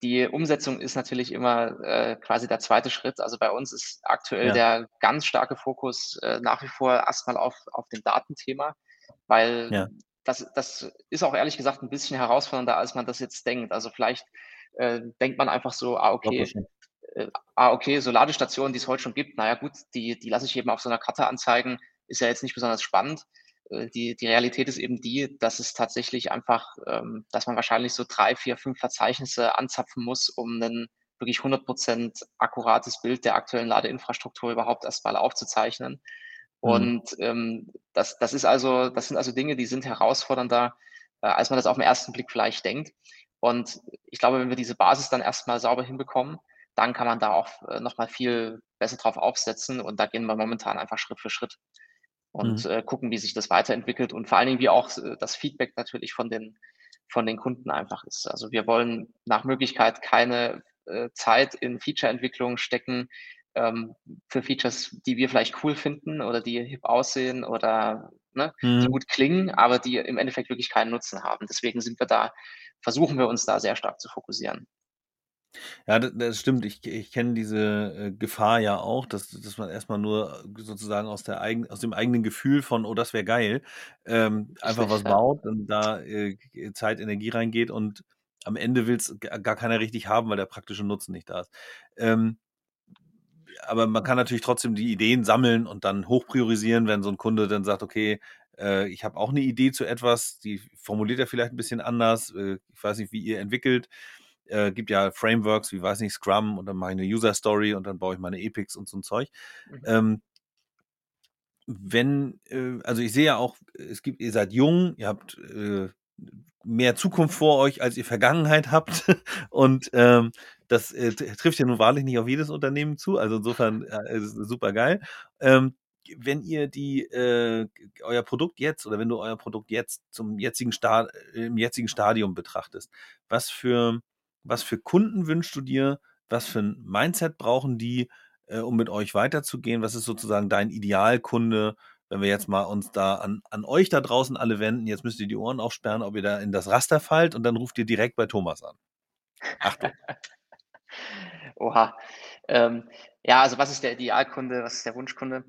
die Umsetzung ist natürlich immer, äh, quasi der zweite Schritt. Also, bei uns ist aktuell Ja, der ganz starke Fokus, äh, nach wie vor erstmal auf auf dem Datenthema, weil ja, das das ist auch ehrlich gesagt ein bisschen herausfordernder, als man das jetzt denkt. Also, vielleicht, äh, denkt man einfach so: „Ah, glaube okay, schon. äh, ah, okay, so Ladestationen, die es heute schon gibt, na ja gut, die die lasse ich eben auf so einer Karte anzeigen, ist ja jetzt nicht besonders spannend. Äh, die die Realität ist eben die, dass es tatsächlich einfach ähm, dass man wahrscheinlich so drei, vier, fünf Verzeichnisse anzapfen muss, um 'nen wirklich hundert akkurates Bild der aktuellen Ladeinfrastruktur überhaupt erst mal aufzuzeichnen. Mhm. Und, ähm, das das ist also das sind also Dinge, die sind herausfordernder, äh, als man das auf 'n ersten Blick vielleicht denkt. Und ich glaube, wenn wir diese Basis dann erst mal sauber hinbekommen, dann kann man da auch, äh, noch mal viel besser drauf aufsetzen und da gehen wir momentan einfach Schritt für Schritt und, Mhm. äh, gucken, wie sich das weiterentwickelt und vor allen Dingen, wie auch s das Feedback natürlich von den von den Kunden einfach ist. Also, wir wollen nach Möglichkeit keine, äh, Zeit in Featureentwicklung stecken, ähm, für Features, die wir vielleicht cool finden oder die hip aussehen oder, ne, die Mhm. gut klingen, aber die im Endeffekt wirklich keinen Nutzen haben. Deswegen sind wir da versuchen wir uns da sehr stark zu fokussieren. Ja, d das stimmt. Ich ich kenne diese, äh, Gefahr ja auch, dass dass man erst mal nur äh, sozusagen aus der eigen aus dem eigenen Gefühl von: „Oh, das wäre geil“, ähm, einfach Richtig, was ja. baut und da, äh, g Zeit, Energie reingeht und am Ende will's g gar keiner richtig haben, weil der praktische Nutzen nicht da ist. Ähm, aber man kann natürlich trotzdem die Ideen sammeln und dann hochpriorisieren, wenn so 'n Kunde dann sagt: „Okay, äh, ich habe auch 'ne Idee zu etwas“, die formuliert er vielleicht 'n bisschen anders. Äh, ich weiß nicht, wie ihr entwickelt. Äh, gibt ja Frameworks wie, weiß nicht, Scrum und dann mache ich 'ne User Story und dann baue ich meine Epics und so 'n Zeug. Mhm. Ähm, wenn, äh also, ich sehe ja auch, es gibt ihr seid jung, ihr habt, äh, mehr Zukunft vor euch, als ihr Vergangenheit habt und, ähm, das, äh, t trifft ja nun wahrlich nicht auf jedes Unternehmen zu. Also, insofern, äh, ist es supergeil. Ähm, wenn ihr die, äh euer Produkt jetzt oder wenn du euer Produkt jetzt zum jetzigen Sta im jetzigen Stadium betrachtest, was für was für Kunden wünschst du dir? Was für 'n Mindset brauchen die, äh, um mit euch weiterzugehen? Was ist sozusagen dein Idealkunde, wenn wir jetzt mal uns da an an euch da draußen alle wenden? Jetzt müsst ihr die Ohren aufsperren, ob ihr da in das Raster fallt und dann ruft ihr direkt bei Thomas an. Achtung. Oha. Ähm, ja, also was ist der Idealkunde, was ist der Wunschkunde?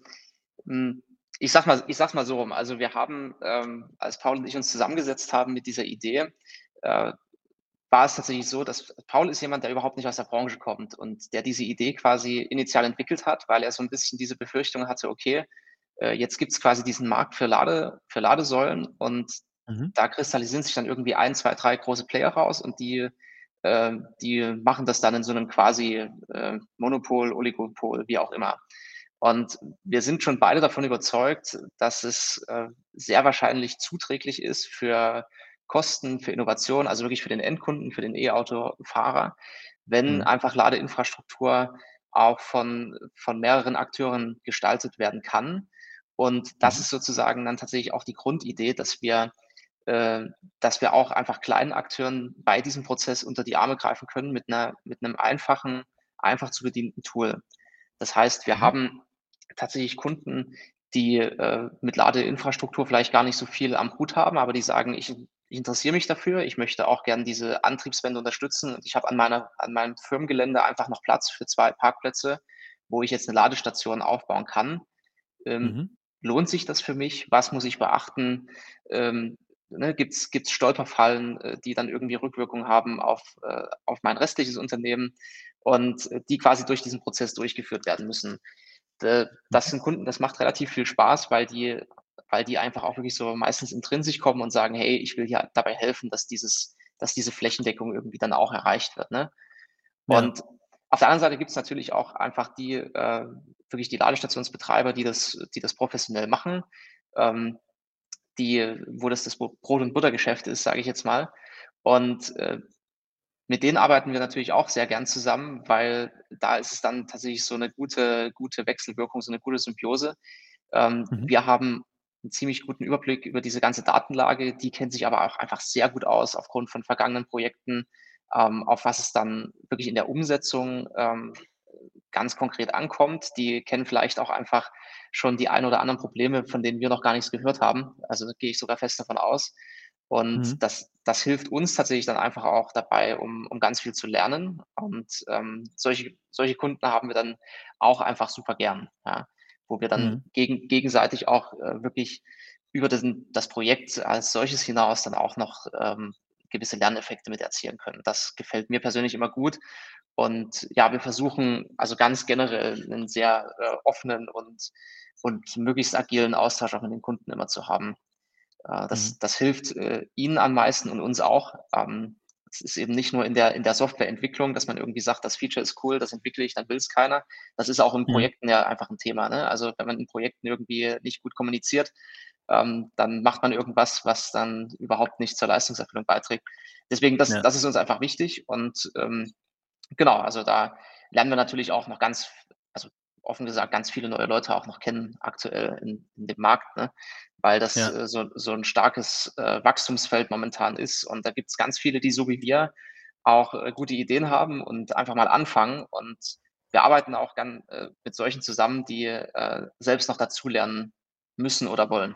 Hm, ich sage mal ich sage mal so rum, also wir haben, ähm, als Paul und ich uns zusammengesetzt haben mit dieser Idee, äh, war es tatsächlich so, dass Paul ist jemand, der überhaupt nicht aus der Branche kommt und der diese Idee quasi initial entwickelt hat, weil er so 'n bisschen diese Befürchtung hatte: „Okay, äh, jetzt gibt's quasi diesen Markt für Lade für Ladesäulen und Mhm. da kristallisieren sich dann irgendwie ein, zwei, drei große Player raus und die ähm, die machen das dann in so 'nem quasi, äh, Monopol, Oligopol, wie auch immer. Und wir sind schon beide davon überzeugt, dass es, äh, sehr wahrscheinlich zuträglich ist für Kosten, für Innovation, also wirklich für den Endkunden, für den E-Autofahrer, wenn Mhm. einfach Ladeinfrastruktur auch von von mehreren Akteuren gestaltet werden kann. Und das Mhm. ist sozusagen dann tatsächlich auch die Grundidee, dass wir äh, dass wir auch einfach kleinen Akteuren bei diesem Prozess unter die Arme greifen können mit 'ner mit 'nem einfachen, einfach zu bedienenden Tool. Das heißt, wir Mhm. haben tatsächlich Kunden, die, äh, mit Ladeinfrastruktur vielleicht gar nicht so viel am Hut haben, aber die sagen: „Ich ich interessiere mich dafür, ich möchte auch gern diese Antriebswende unterstützen und ich habe an meiner an meinem Firmengelände einfach noch Platz für zwei Parkplätze, wo ich jetzt 'ne Ladestation aufbauen kann. Ähm, Mhm. lohnt sich das für mich? Was muss ich beachten? Ähm, ne, gibt's gibt's Stolperfallen, äh, die dann irgendwie Rückwirkungen haben auf äh, auf mein restliches Unternehmen und, äh, die quasi durch diesen Prozess durchgeführt werden müssen. D das Mhm. sind Kunden, das macht relativ viel Spaß, weil die weil die einfach auch wirklich so meistens intrinsisch kommen und sagen: „Hey, ich will hier dabei helfen, dass dieses dass diese Flächendeckung irgendwie dann auch erreicht wird“, ne? Ja. Und auf der anderen Seite gibt's natürlich auch einfach die, äh wirklich die Ladestationsbetreiber, die das die das professionell machen, ähm, die wo das das Bo Brot und Buttergeschäft ist, sage ich jetzt mal. Und, äh, mit denen arbeiten wir natürlich auch sehr gern zusammen, weil da ist es dann tatsächlich so 'ne gute gute Wechselwirkung, so 'ne gute Symbiose. Ähm, Mhm. wir haben 'n ziemlich guten Überblick über diese ganze Datenlage. Die kennen sich aber auch einfach sehr gut aus aufgrund von vergangenen Projekten, ähm, auf was es dann wirklich in der Umsetzung, ähm, ganz konkret ankommt. Die kennen vielleicht auch einfach schon die ein oder anderen Probleme, von denen wir noch gar nichts gehört haben. Also, da gehe ich sogar fest davon aus. Und Mhm. das das hilft uns tatsächlich dann einfach auch dabei, um um ganz viel zu lernen. Und, ähm, solche solche Kunden haben wir dann auch einfach super gern, ja, wo wir dann Mhm. gegen gegenseitig auch, äh, wirklich über diesen das Projekt als solches hinaus dann auch noch, ähm, gewisse Lerneffekte mit erzielen können. Das gefällt mir persönlich immer gut. Und ja, wir versuchen also ganz generell 'nen sehr, äh, offenen und und möglichst agilen Austausch auch mit den Kunden immer zu haben. Äh, Mhm. das das hilft, äh, ihnen am meisten und uns auch. Ähm, es ist eben nicht nur in der in der Softwareentwicklung, dass man irgendwie sagt: „Das Feature ist cool, das entwickle ich, dann will's keiner.“ Das ist auch in Mhm. Projekten ja einfach 'n Thema, ne? Also, wenn man in Projekten irgendwie nicht gut kommuniziert, ähm, dann macht man irgendwas, was dann überhaupt nicht zur Leistungserfüllung beiträgt. Deswegen, das Ja. das ist uns einfach wichtig und, ähm, genau, also da lernen wir natürlich auch noch ganz v also offen gesagt, ganz viele neue Leute auch noch kennen aktuell in in dem Markt, ne? Weil das, Ja. äh, so so 'n starkes, äh, Wachstumsfeld momentan ist. Und da gibt's ganz viele, die so wie wir auch, äh, gute Ideen haben und einfach mal anfangen. Und wir arbeiten auch gern, äh, mit solchen zusammen, die, äh, selbst noch dazulernen müssen oder wollen.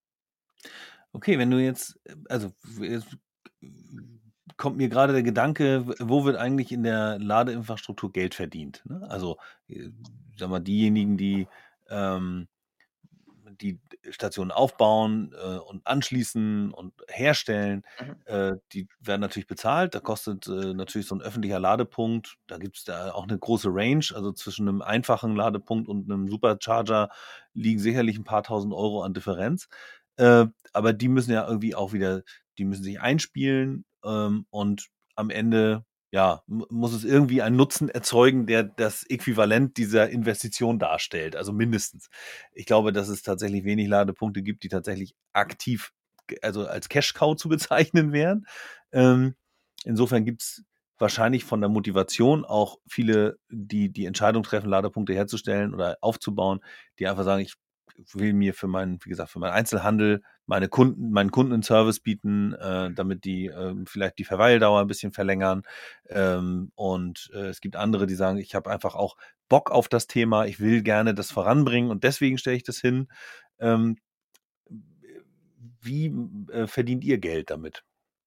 Okay, wenn du jetzt, äh, also w jetzt kommt mir grade der Gedanke, w wo wird eigentlich in der Ladeinfrastruktur Geld verdient, ne? Also, äh, sage mal, diejenigen, die, ähm die Stationen aufbauen, äh, und anschließen und herstellen, Mhm. äh, die werden natürlich bezahlt. Da kostet, äh, natürlich so 'n öffentlicher Ladepunkt da gibt's da auch 'ne große Range. Also, zwischen 'nem einfachen Ladepunkt und 'nem Supercharger liegen sicherlich 'n paar Tausend Euro an Differenz. Äh, aber die müssen ja irgendwie auch wieder die müssen sich einspielen, ähm, und am Ende, ja, mu muss es irgendwie einen Nutzen erzeugen, der das Äquivalent dieser Investition darstellt, also mindestens. Ich glaube, dass es tatsächlich wenig Ladepunkte gibt, die tatsächlich aktiv g also als Cash Cow zu bezeichnen wären. Ähm, insofern gibt's wahrscheinlich von der Motivation auch viele, die die Entscheidung treffen, Ladepunkte herzustellen oder aufzubauen, die einfach sagen: „Ich will mir für meinen wie gesagt, für meinen Einzelhandel meine Kunden meinen Kunden 'n Service bieten, äh, damit die, ähm, vielleicht die Verweildauer 'n bisschen verlängern.“ Ähm, und, äh, es gibt andere, die sagen: „Ich habe einfach auch Bock auf das Thema. Ich will gerne das voranbringen und deswegen stelle ich das hin.“ Ähm, wie, äh, verdient ihr Geld damit?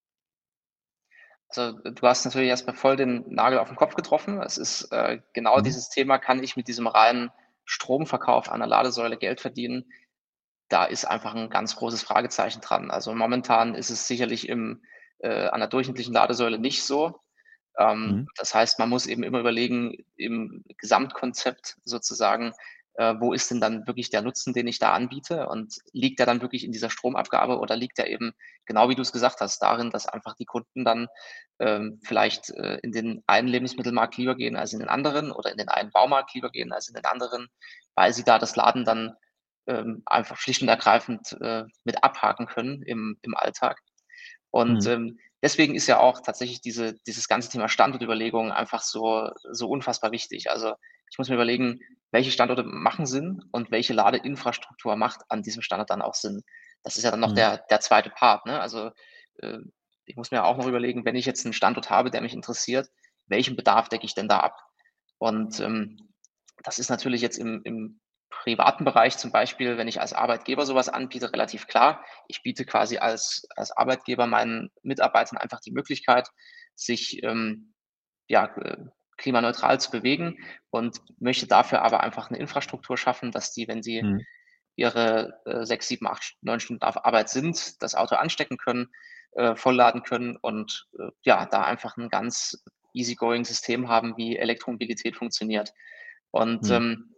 Also, du hast natürlich erst mal voll den Nagel auf 'n Kopf getroffen. Es ist, äh, genau Mhm. dieses Thema: „Kann ich mit diesem reinen Stromverkauf an 'ner Ladesäule Geld verdienen?“ Da ist einfach 'n ganz großes Fragezeichen dran. Also, momentan ist es sicherlich im äh, an 'ner durchschnittlichen Ladesäule nicht so. Ähm, Mhm. das heißt, man muss eben immer überlegen im Gesamtkonzept sozusagen, äh, wo ist denn dann wirklich der Nutzen, den ich da anbiete? Und liegt der dann wirklich in dieser Stromabgabe oder liegt der eben, genau wie du's gesagt hast, darin, dass einfach die Kunden dann, ähm, vielleicht, äh, in den einen Lebensmittelmarkt lieber gehen als in den anderen oder in den einen Baumarkt lieber gehen als in den anderen, weil sie da das Laden dann, ähm, einfach schlicht und ergreifend, äh, mit abhaken können im im Alltag. Und, Mhm. ähm, deswegen ist ja auch tatsächlich diese dieses ganze Thema Standortüberlegungen einfach so so unfassbar wichtig. Also, ich muss mir überlegen, welche Standorte machen Sinn und welche Ladeinfrastruktur macht an diesem Standort dann auch Sinn. Das ist ja dann noch Mhm. der der zweite Part, ne? Also, äh, ich muss mir auch noch überlegen, wenn ich jetzt 'n Standort habe, der mich interessiert, welchen Bedarf decke ich denn da ab? Und, ähm, das ist natürlich jetzt im im privaten Bereich zum Beispiel, wenn ich als Arbeitgeber so was anbiete, relativ klar. Ich biete quasi als als Arbeitgeber meinen Mitarbeitern einfach die Möglichkeit, sich, ähm, ja, äh, klimaneutral zu bewegen und möchte dafür aber einfach 'ne Infrastruktur schaffen, dass die, wenn sie Mhm. ihre, äh, sechs, sieben, acht, neun Stunden auf Arbeit sind, das Auto anstecken können, äh, vollladen können und, äh, ja, da einfach 'n ganz easy-going System haben, wie Elektromobilität funktioniert. Und, Mhm. ähm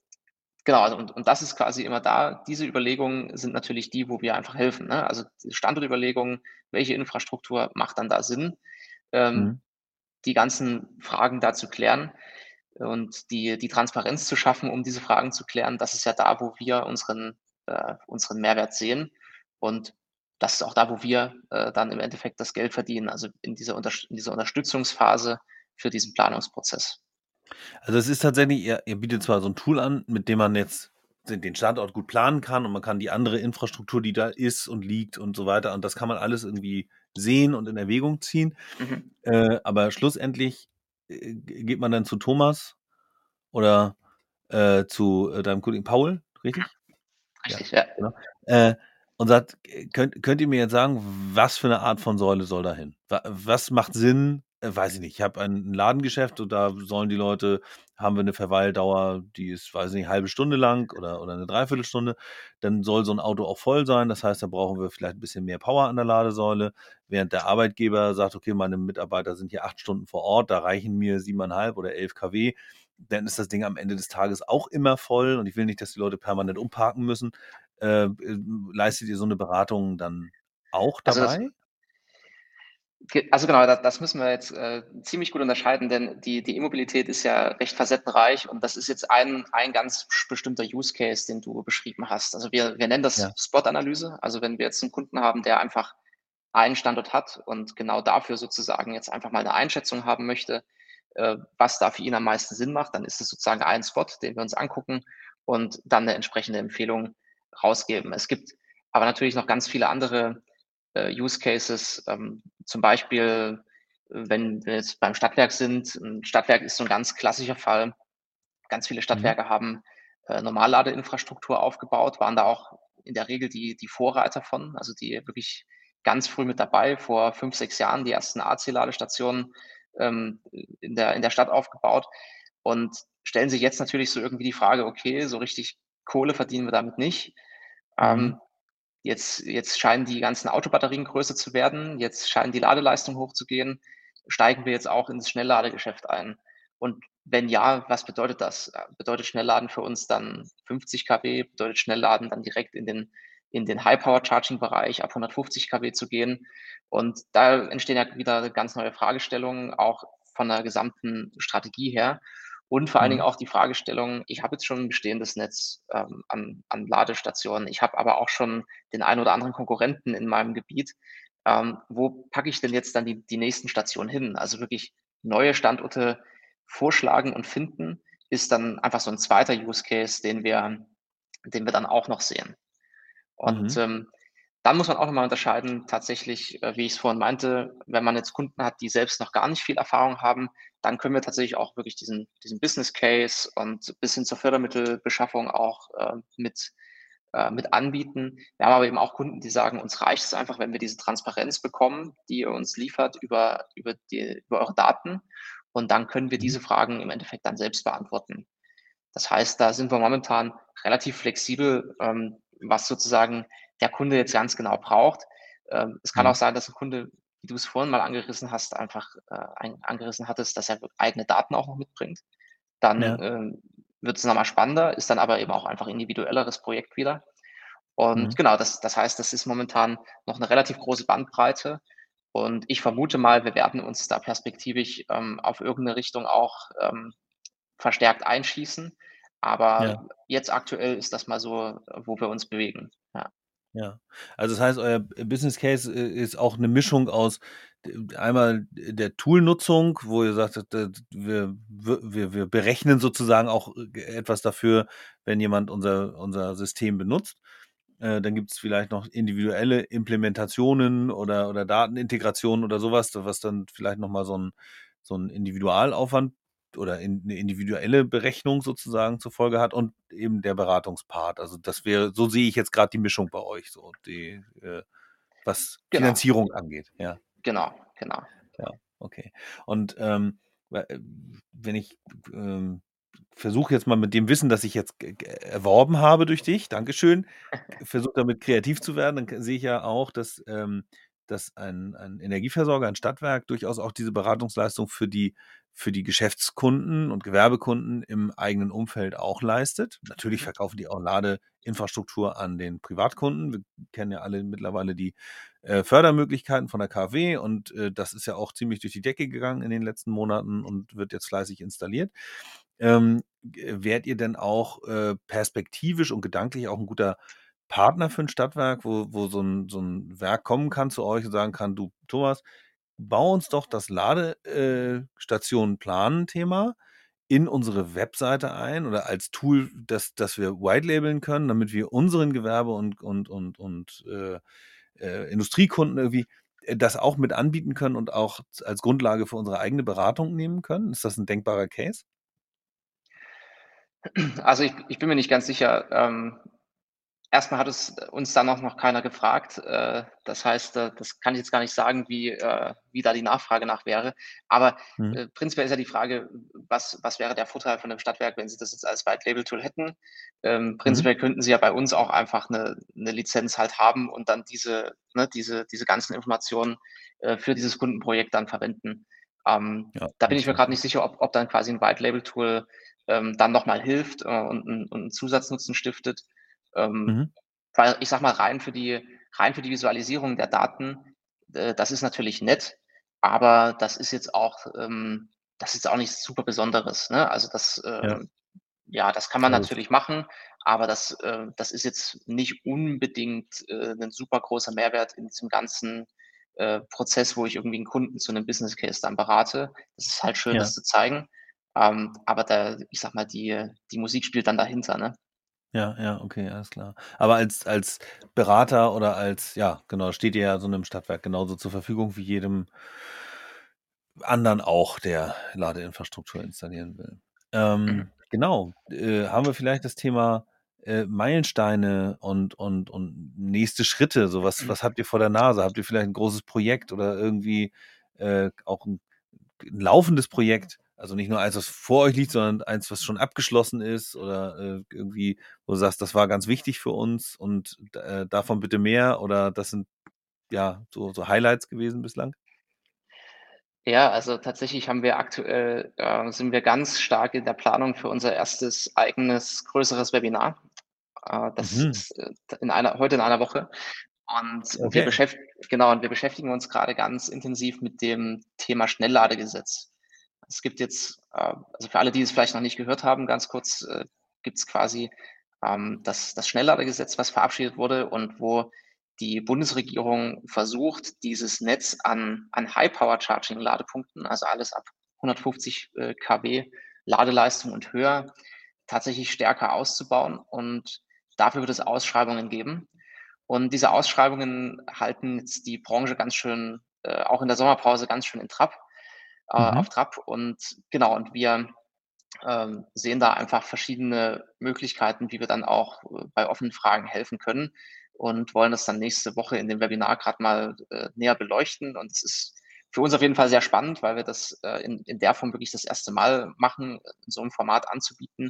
genau, also und und das ist quasi immer da. Diese Überlegungen sind natürlich die, wo wir einfach helfen, ne? Also, die Standortüberlegungen, welche Infrastruktur macht dann da Sinn? Mhm. Ähm, die ganzen Fragen da zu klären und die die Transparenz zu schaffen, um diese Fragen zu klären, das ist ja da, wo wir unseren äh, unseren Mehrwert sehen. Und das ist auch da, wo wir, äh, dann im Endeffekt das Geld verdienen, also in dieser Unterst in dieser Unterstützungsphase für diesen Planungsprozess. Also, es ist tatsächlich ihr ihr bietet zwar so 'n Tool an, mit dem man jetzt den den Standort gut planen kann und man kann die andere Infrastruktur, die da ist und liegt und so weiter und das kann man alles irgendwie sehen und in Erwägung ziehen. Mhm. Äh, aber schlussendlich, äh, g geht man dann zu Thomas oder, äh, zu, äh, deinem Kollegen Paul, Mhm. richtig? Ja, Richtig, ja. genau. Äh und sagt, könnt, könnt ihr mir jetzt sagen, was für eine Art von Säule soll da hin? Wa- Was macht Sinn? Äh, weiß ich nicht. Ich habe ein Ladengeschäft und da sollen die Leute, haben wir eine Verweildauer, die ist, weiß ich nicht, halbe Stunde lang oder, oder eine Dreiviertelstunde. Dann soll so ein Auto auch voll sein. Das heißt, da brauchen wir vielleicht ein bisschen mehr Power an der Ladesäule. Während der Arbeitgeber sagt, okay, meine Mitarbeiter sind hier acht Stunden vor Ort, da reichen mir siebeneinhalb oder elf Kilowatt. Dann ist das Ding am Ende des Tages auch immer voll und ich will nicht, dass die Leute permanent umparken müssen. Äh, äh, leistet ihr so eine Beratung dann auch Also das, dabei? ge- also genau, das, das müssen wir jetzt äh, ziemlich gut unterscheiden, denn die, die E-Mobilität ist ja recht facettenreich und das ist jetzt ein, ein ganz bestimmter Use Case, den du beschrieben hast. Also wir, wir nennen das Ja. Spot-Analyse. Also wenn wir jetzt einen Kunden haben, der einfach einen Standort hat und genau dafür sozusagen jetzt einfach mal eine Einschätzung haben möchte, äh, was da für ihn am meisten Sinn macht, dann ist es sozusagen ein Spot, den wir uns angucken und dann eine entsprechende Empfehlung rausgeben. Es gibt aber natürlich noch ganz viele andere äh, Use Cases, ähm, zum Beispiel, äh, wenn wir jetzt beim Stadtwerk sind. Ein Stadtwerk ist so ein ganz klassischer Fall. Ganz viele Mhm. Stadtwerke haben äh, Normalladeinfrastruktur aufgebaut, waren da auch in der Regel die, die Vorreiter von, also die wirklich ganz früh mit dabei, vor fünf, sechs Jahren die ersten A C-Ladestationen ähm, in, der, in der Stadt aufgebaut und stellen sich jetzt natürlich so irgendwie die Frage, okay, so richtig Kohle verdienen wir damit nicht. Mhm. Ähm, Jetzt, jetzt scheinen die ganzen Autobatterien größer zu werden, jetzt scheinen die Ladeleistungen hochzugehen. Steigen wir jetzt auch ins Schnellladegeschäft ein? Und wenn ja, was bedeutet das? Äh, Bedeutet Schnellladen für uns dann fünfzig Kilowatt? Bedeutet Schnellladen dann direkt in den, in den High-Power-Charging-Bereich ab hundertfünfzig Kilowatt zu gehen? Und da entstehen ja wieder ganz neue Fragestellungen, auch von der gesamten Strategie her. Und vor allen Dingen Mhm. auch die Fragestellung, ich habe jetzt schon ein bestehendes Netz ähm, an, an Ladestationen. Ich habe aber auch schon den einen oder anderen Konkurrenten in meinem Gebiet. Ähm, wo packe ich denn jetzt dann die, die nächsten Stationen hin? Also wirklich neue Standorte vorschlagen und finden, ist dann einfach so ein zweiter Use Case, den wir, den wir dann auch noch sehen. Und Mhm. ähm, dann muss man auch nochmal unterscheiden, tatsächlich, äh, wie ich es vorhin meinte, wenn man jetzt Kunden hat, die selbst noch gar nicht viel Erfahrung haben, dann können wir tatsächlich auch wirklich diesen, diesen Business Case und bis hin zur Fördermittelbeschaffung auch äh, mit, äh, mit anbieten. Wir haben aber eben auch Kunden, die sagen, uns reicht es einfach, wenn wir diese Transparenz bekommen, die ihr uns liefert über, über, die, über eure Daten. Und dann können wir Mhm. diese Fragen im Endeffekt dann selbst beantworten. Das heißt, da sind wir momentan relativ flexibel, ähm, was sozusagen der Kunde jetzt ganz genau braucht. Ähm, es kann auch Mhm. sein, dass ein Kunde, wie du es vorhin mal angerissen hast, einfach äh, ein, angerissen hattest, dass er eigene Daten auch noch mitbringt. Dann Ja. ähm, wird es nochmal spannender, ist dann aber eben auch einfach individuelleres Projekt wieder. Und Mhm. genau, das, das heißt, das ist momentan noch eine relativ große Bandbreite. Und ich vermute mal, wir werden uns da perspektivisch ähm, auf irgendeine Richtung auch ähm, verstärkt einschießen. Aber Ja. jetzt aktuell ist das mal so, wo wir uns bewegen. Ja, Ja. Also das heißt, euer Business Case äh, ist auch eine Mischung aus d- einmal der Toolnutzung, wo ihr sagt, äh, wir, wir, wir berechnen sozusagen auch äh, etwas dafür, wenn jemand unser, unser System benutzt. Äh, dann gibt es vielleicht noch individuelle Implementationen oder, oder Datenintegrationen oder sowas, was dann vielleicht nochmal so ein, so ein Individualaufwand oder in, eine individuelle Berechnung sozusagen zur Folge hat und eben der Beratungspart. Also das wäre, so sehe ich jetzt gerade die Mischung bei euch, so die, äh, was genau, Finanzierung angeht. Ja, genau, genau. ja, okay. Und ähm, we- äh, wenn ich ähm, versuche jetzt mal mit dem Wissen, das ich jetzt ge- ge- erworben habe durch dich, Dankeschön, versuche damit kreativ zu werden, dann k- sehe ich ja auch, dass, ähm, dass ein, ein Energieversorger, ein Stadtwerk durchaus auch diese Beratungsleistung für die, für die Geschäftskunden und Gewerbekunden im eigenen Umfeld auch leistet. Natürlich Mhm. verkaufen die auch Ladeinfrastruktur an den Privatkunden. Wir kennen ja alle mittlerweile die äh, Fördermöglichkeiten von der KfW und äh, das ist ja auch ziemlich durch die Decke gegangen in den letzten Monaten und wird jetzt fleißig installiert. Ähm, g- wärt ihr denn auch äh, perspektivisch und gedanklich auch ein guter Partner für ein Stadtwerk, wo, wo so ein, so ein Werk kommen kann zu euch und sagen kann, du Thomas, bau uns doch das Ladestation planen Thema in unsere Webseite ein oder als Tool, das, das wir white labeln können, damit wir unseren Gewerbe- und, und, und, und äh, äh, Industriekunden irgendwie äh, das auch mit anbieten können und auch als Grundlage für unsere eigene Beratung nehmen können? Ist das ein denkbarer Case? Also ich, ich bin mir nicht ganz sicher, ähm, Erstmal hat es uns dann auch noch keiner gefragt. Äh, das heißt, äh, das kann ich jetzt gar nicht sagen, wie, äh, wie da die Nachfrage nach wäre. Aber, Mhm. äh, prinzipiell ist ja die Frage, was was wäre der Vorteil von dem Stadtwerk, wenn sie das jetzt als White-Label-Tool hätten? Ähm, Mhm. prinzipiell könnten sie ja bei uns auch einfach 'ne 'ne Lizenz halt haben und dann diese ne, diese diese ganzen Informationen, äh, für dieses Kundenprojekt dann verwenden. Ähm, Ja, da bin macht ich mir Sinn. grad nicht sicher, ob ob dann quasi 'n White-Label-Tool, ähm, dann noch mal hilft, äh, und 'n und 'n Zusatznutzen stiftet. Ähm, Mhm. weil ich sage mal, rein für die rein für die Visualisierung der Daten, äh, das ist natürlich nett, aber das ist jetzt auch ähm, das ist auch nichts super Besonderes, ne? Also, das, Ja. ähm ja, das kann man Also natürlich machen, aber das äh, das ist jetzt nicht unbedingt, äh, 'nen super großer Mehrwert in diesem ganzen, äh, Prozess, wo ich irgendwie 'n Kunden zu 'nem Business Case dann berate. Es ist halt schön, Ja. das zu zeigen, ähm, aber da ich sage mal, die die Musik spielt dann dahinter, ne? Ja, ja, okay, alles klar. Aber als als Berater oder als ja, genau, steht ihr ja so 'nem Stadtwerk genauso zur Verfügung wie jedem anderen auch, der Ladeinfrastruktur installieren will. Mhm. Ähm, genau, äh, haben wir vielleicht das Thema, äh, Meilensteine und und und nächste Schritte, so was was habt ihr vor der Nase? Habt ihr vielleicht 'n großes Projekt oder irgendwie, äh, auch 'n 'n laufendes Projekt? Also, nicht nur eins, was vor euch liegt, sondern eins, was schon abgeschlossen ist oder, äh, irgendwie, wo du sagst: „Das war ganz wichtig für uns und d äh, davon bitte mehr“, oder das sind, ja, so so Highlights gewesen bislang? Ja, also tatsächlich haben wir aktuell äh, sind wir ganz stark in der Planung für unser erstes eigenes größeres Webinar. Äh, das Mhm. ist, äh, in einer heute in einer Woche. Und wir Okay. beschäft genau, und wir beschäftigen uns grade ganz intensiv mit dem Thema Schnellladegesetz. Es gibt jetzt äh, also für alle, die es vielleicht noch nicht gehört haben, ganz kurz, äh, gibt's quasi, ähm, das das Schnellladegesetz, was verabschiedet wurde und wo die Bundesregierung versucht, dieses Netz an an High-Power-Charging-Ladepunkten, also alles ab hundertfünfzig, äh, Kilowatt Ladeleistung und höher, tatsächlich stärker auszubauen und dafür wird es Ausschreibungen geben. Und diese Ausschreibungen halten jetzt die Branche ganz schön äh, auch in der Sommerpause ganz schön in Trab äh, Mhm. auf Trab. Und genau, und wir, ähm, sehen da einfach verschiedene Möglichkeiten, wie wir dann auch, äh, bei offenen Fragen helfen können und wollen das dann nächste Woche in dem Webinar grad mal, äh, näher beleuchten. Und es ist für uns auf jeden Fall sehr spannend, weil wir das, äh, in in der Form wirklich das erste Mal machen, in so 'nem Format anzubieten.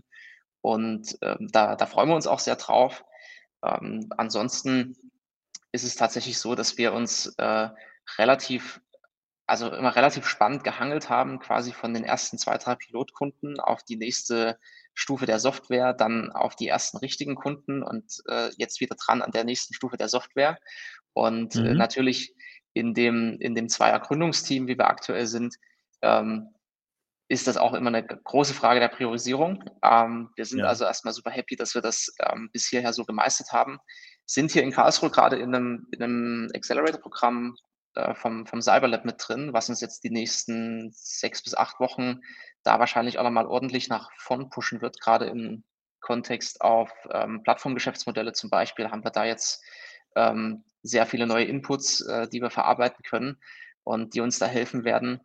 Und, ähm, da da freuen wir uns auch sehr drauf. Ähm, ansonsten ist es tatsächlich so, dass wir uns, äh, relativ also immer relativ spannend gehangelt haben, quasi von den ersten zwei, drei Pilotkunden auf die nächste Stufe der Software, dann auf die ersten richtigen Kunden und, äh, jetzt wieder dran an der nächsten Stufe der Software. Und, äh, Mhm. natürlich in dem in dem Zweier-Gründungsteam, wie wir aktuell sind, ähm, ist das auch immer 'ne g große Frage der Priorisierung. Ähm, wir sind Ja. also erst mal super happy, dass wir das, ähm, bis hierher so gemeistert haben. Sind hier in Karlsruhe grade in 'nem in 'nem Accelerator-Programm, äh, vom vom Cyber Lab mit drin, was uns jetzt die nächsten sechs bis acht Wochen da wahrscheinlich auch noch mal ordentlich nach vorn pushen wird. Grade im Kontext auf, ähm, Plattformgeschäftsmodelle zum Beispiel haben wir da jetzt, ähm, sehr viele neue Inputs, äh, die wir verarbeiten können und die uns da helfen werden.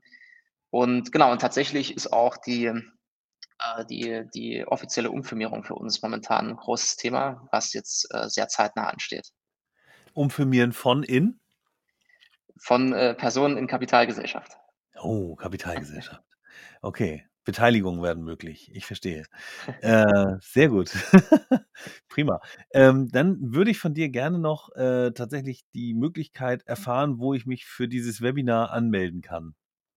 Und genau, und tatsächlich ist auch die äh, die die offizielle Umfirmierung für uns momentan 'n großes Thema, was jetzt, äh, sehr zeitnah ansteht. Umfirmieren von in? Von, äh, Personen in Kapitalgesellschaft. Oh, Kapitalgesellschaft. Okay, Beteiligungen werden möglich. Ich verstehe. Äh, sehr gut. Prima. Ähm, dann würde ich von dir gerne noch, äh, tatsächlich die Möglichkeit erfahren, wo ich mich für dieses Webinar anmelden kann.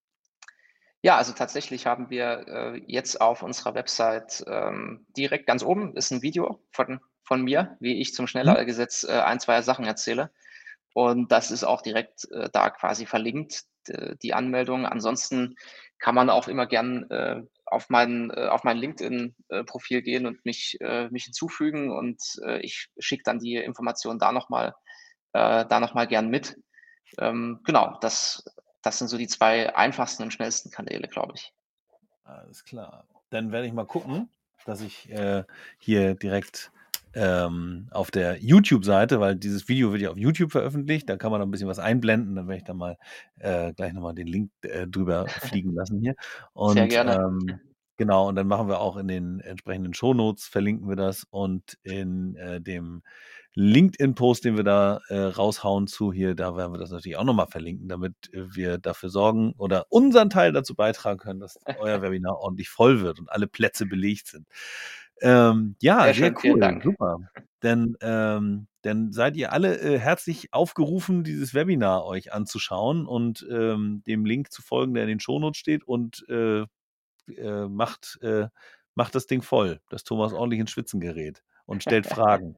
Ja, also tatsächlich haben wir, äh, jetzt auf unserer Website, ähm, direkt ganz oben ist 'n Video von von mir, wie ich zum Mhm. Schnellladegesetz, äh, ein, zwei Sachen erzähle. Und das ist auch direkt, äh, da quasi verlinkt, d die Anmeldung. Ansonsten kann man auch immer gern, äh, auf mein äh, auf mein LinkedIn, äh, Profil gehen und mich äh, mich hinzufügen und, äh, ich schicke dann die Informationen da noch mal äh, da noch mal gern mit. Ähm, genau, das das sind so die zwei einfachsten und schnellsten Kanäle, glaube ich. Alles klar. Dann werde ich mal gucken, dass ich, äh, hier direkt, ähm, auf der YouTube-Seite weil dieses Video wird ja auf YouTube veröffentlicht, da kann man noch 'n bisschen was einblenden, dann werde ich da mal, äh, gleich noch mal den Link, äh, drüber fliegen lassen hier. Sehr Und, gerne. ähm Genau, und dann machen wir auch in den entsprechenden Shownotes, verlinken wir das und in äh, dem LinkedIn-Post, den wir da äh, raushauen zu hier, da werden wir das natürlich auch nochmal verlinken, damit äh, wir dafür sorgen oder unseren Teil dazu beitragen können, dass euer Webinar ordentlich voll wird und alle Plätze belegt sind. Ähm, ja, Sehr sehr schön, vielen cool, Dank. super. Denn, ähm, dann seid ihr alle äh, herzlich aufgerufen, dieses Webinar euch anzuschauen und ähm, dem Link zu folgen, der in den Shownotes steht und äh, äh, macht, äh, macht das Ding voll, dass Thomas ordentlich ins Schwitzen gerät und stellt Fragen.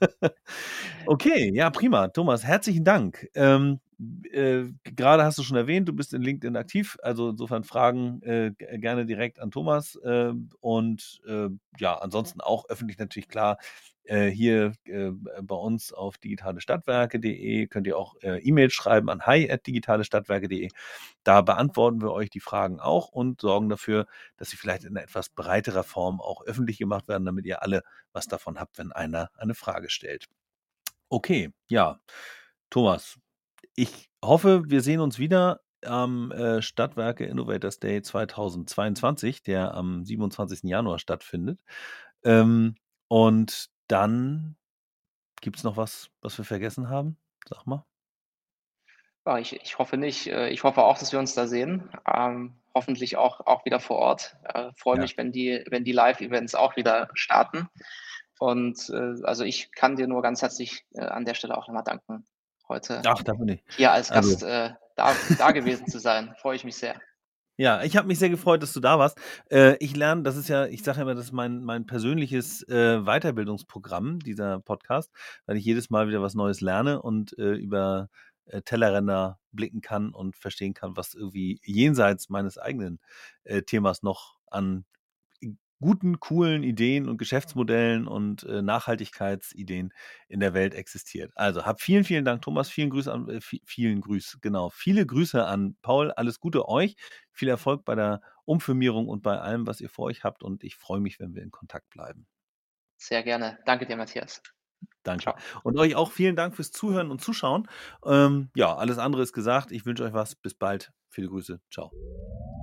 Okay, ja, prima. Thomas, herzlichen Dank. Ähm, äh, gerade hast du schon erwähnt, du bist in LinkedIn aktiv, also insofern Fragen äh, g- gerne direkt an Thomas. Äh, und äh, ja, ansonsten auch öffentlich natürlich klar. Äh, hier äh, bei uns auf digitale stadtwerke punkt de könnt ihr auch äh, E-Mails schreiben an hi at digitale stadtwerke punkt de. Da beantworten wir euch die Fragen auch und sorgen dafür, dass sie vielleicht in etwas breiterer Form auch öffentlich gemacht werden, damit ihr alle was davon habt, wenn einer eine Frage stellt. Okay, ja. Thomas, ich hoffe, wir sehen uns wieder am äh, Stadtwerke Innovators Day zweitausendzweiundzwanzig, der am siebenundzwanzigsten Januar stattfindet. Ähm, und dann gibt es noch was, was wir vergessen haben? Sag mal. Ja, ich ich hoffe nicht. Äh, ich hoffe auch, dass wir uns da sehen. Ähm, hoffentlich auch auch wieder vor Ort. Äh, freue Ja. mich, wenn die wenn die Live-Events auch wieder starten. Und, äh, also, ich kann dir nur ganz herzlich, äh, an der Stelle auch noch mal danken, heute Ach, dafür nicht. hier als Also, Gast, äh, da da gewesen zu sein. Freue ich mich sehr. ja, ich habe mich sehr gefreut, dass du da warst. Äh, ich lerne, das ist ja, ich sage ja immer, das ist mein, mein persönliches äh, Weiterbildungsprogramm, dieser Podcast, weil ich jedes Mal wieder was Neues lerne und äh, über äh, Tellerränder blicken kann und verstehen kann, was irgendwie jenseits meines eigenen äh, Themas noch an guten, coolen Ideen und Geschäftsmodellen und äh, Nachhaltigkeitsideen in der Welt existiert. Also hab vielen, vielen Dank, Thomas. Vielen Grüße an, äh, vi- vielen Grüße, genau. Viele Grüße an Paul. Alles Gute euch. Viel Erfolg bei der Umfirmierung und bei allem, was ihr vor euch habt. Und ich freue mich, wenn wir in Kontakt bleiben. Sehr gerne. Danke dir, Matthias. Danke. Ciao. Und euch auch vielen Dank fürs Zuhören und Zuschauen. Ähm, ja, alles andere ist gesagt. Ich wünsche euch was. Bis bald. Viele Grüße. Ciao.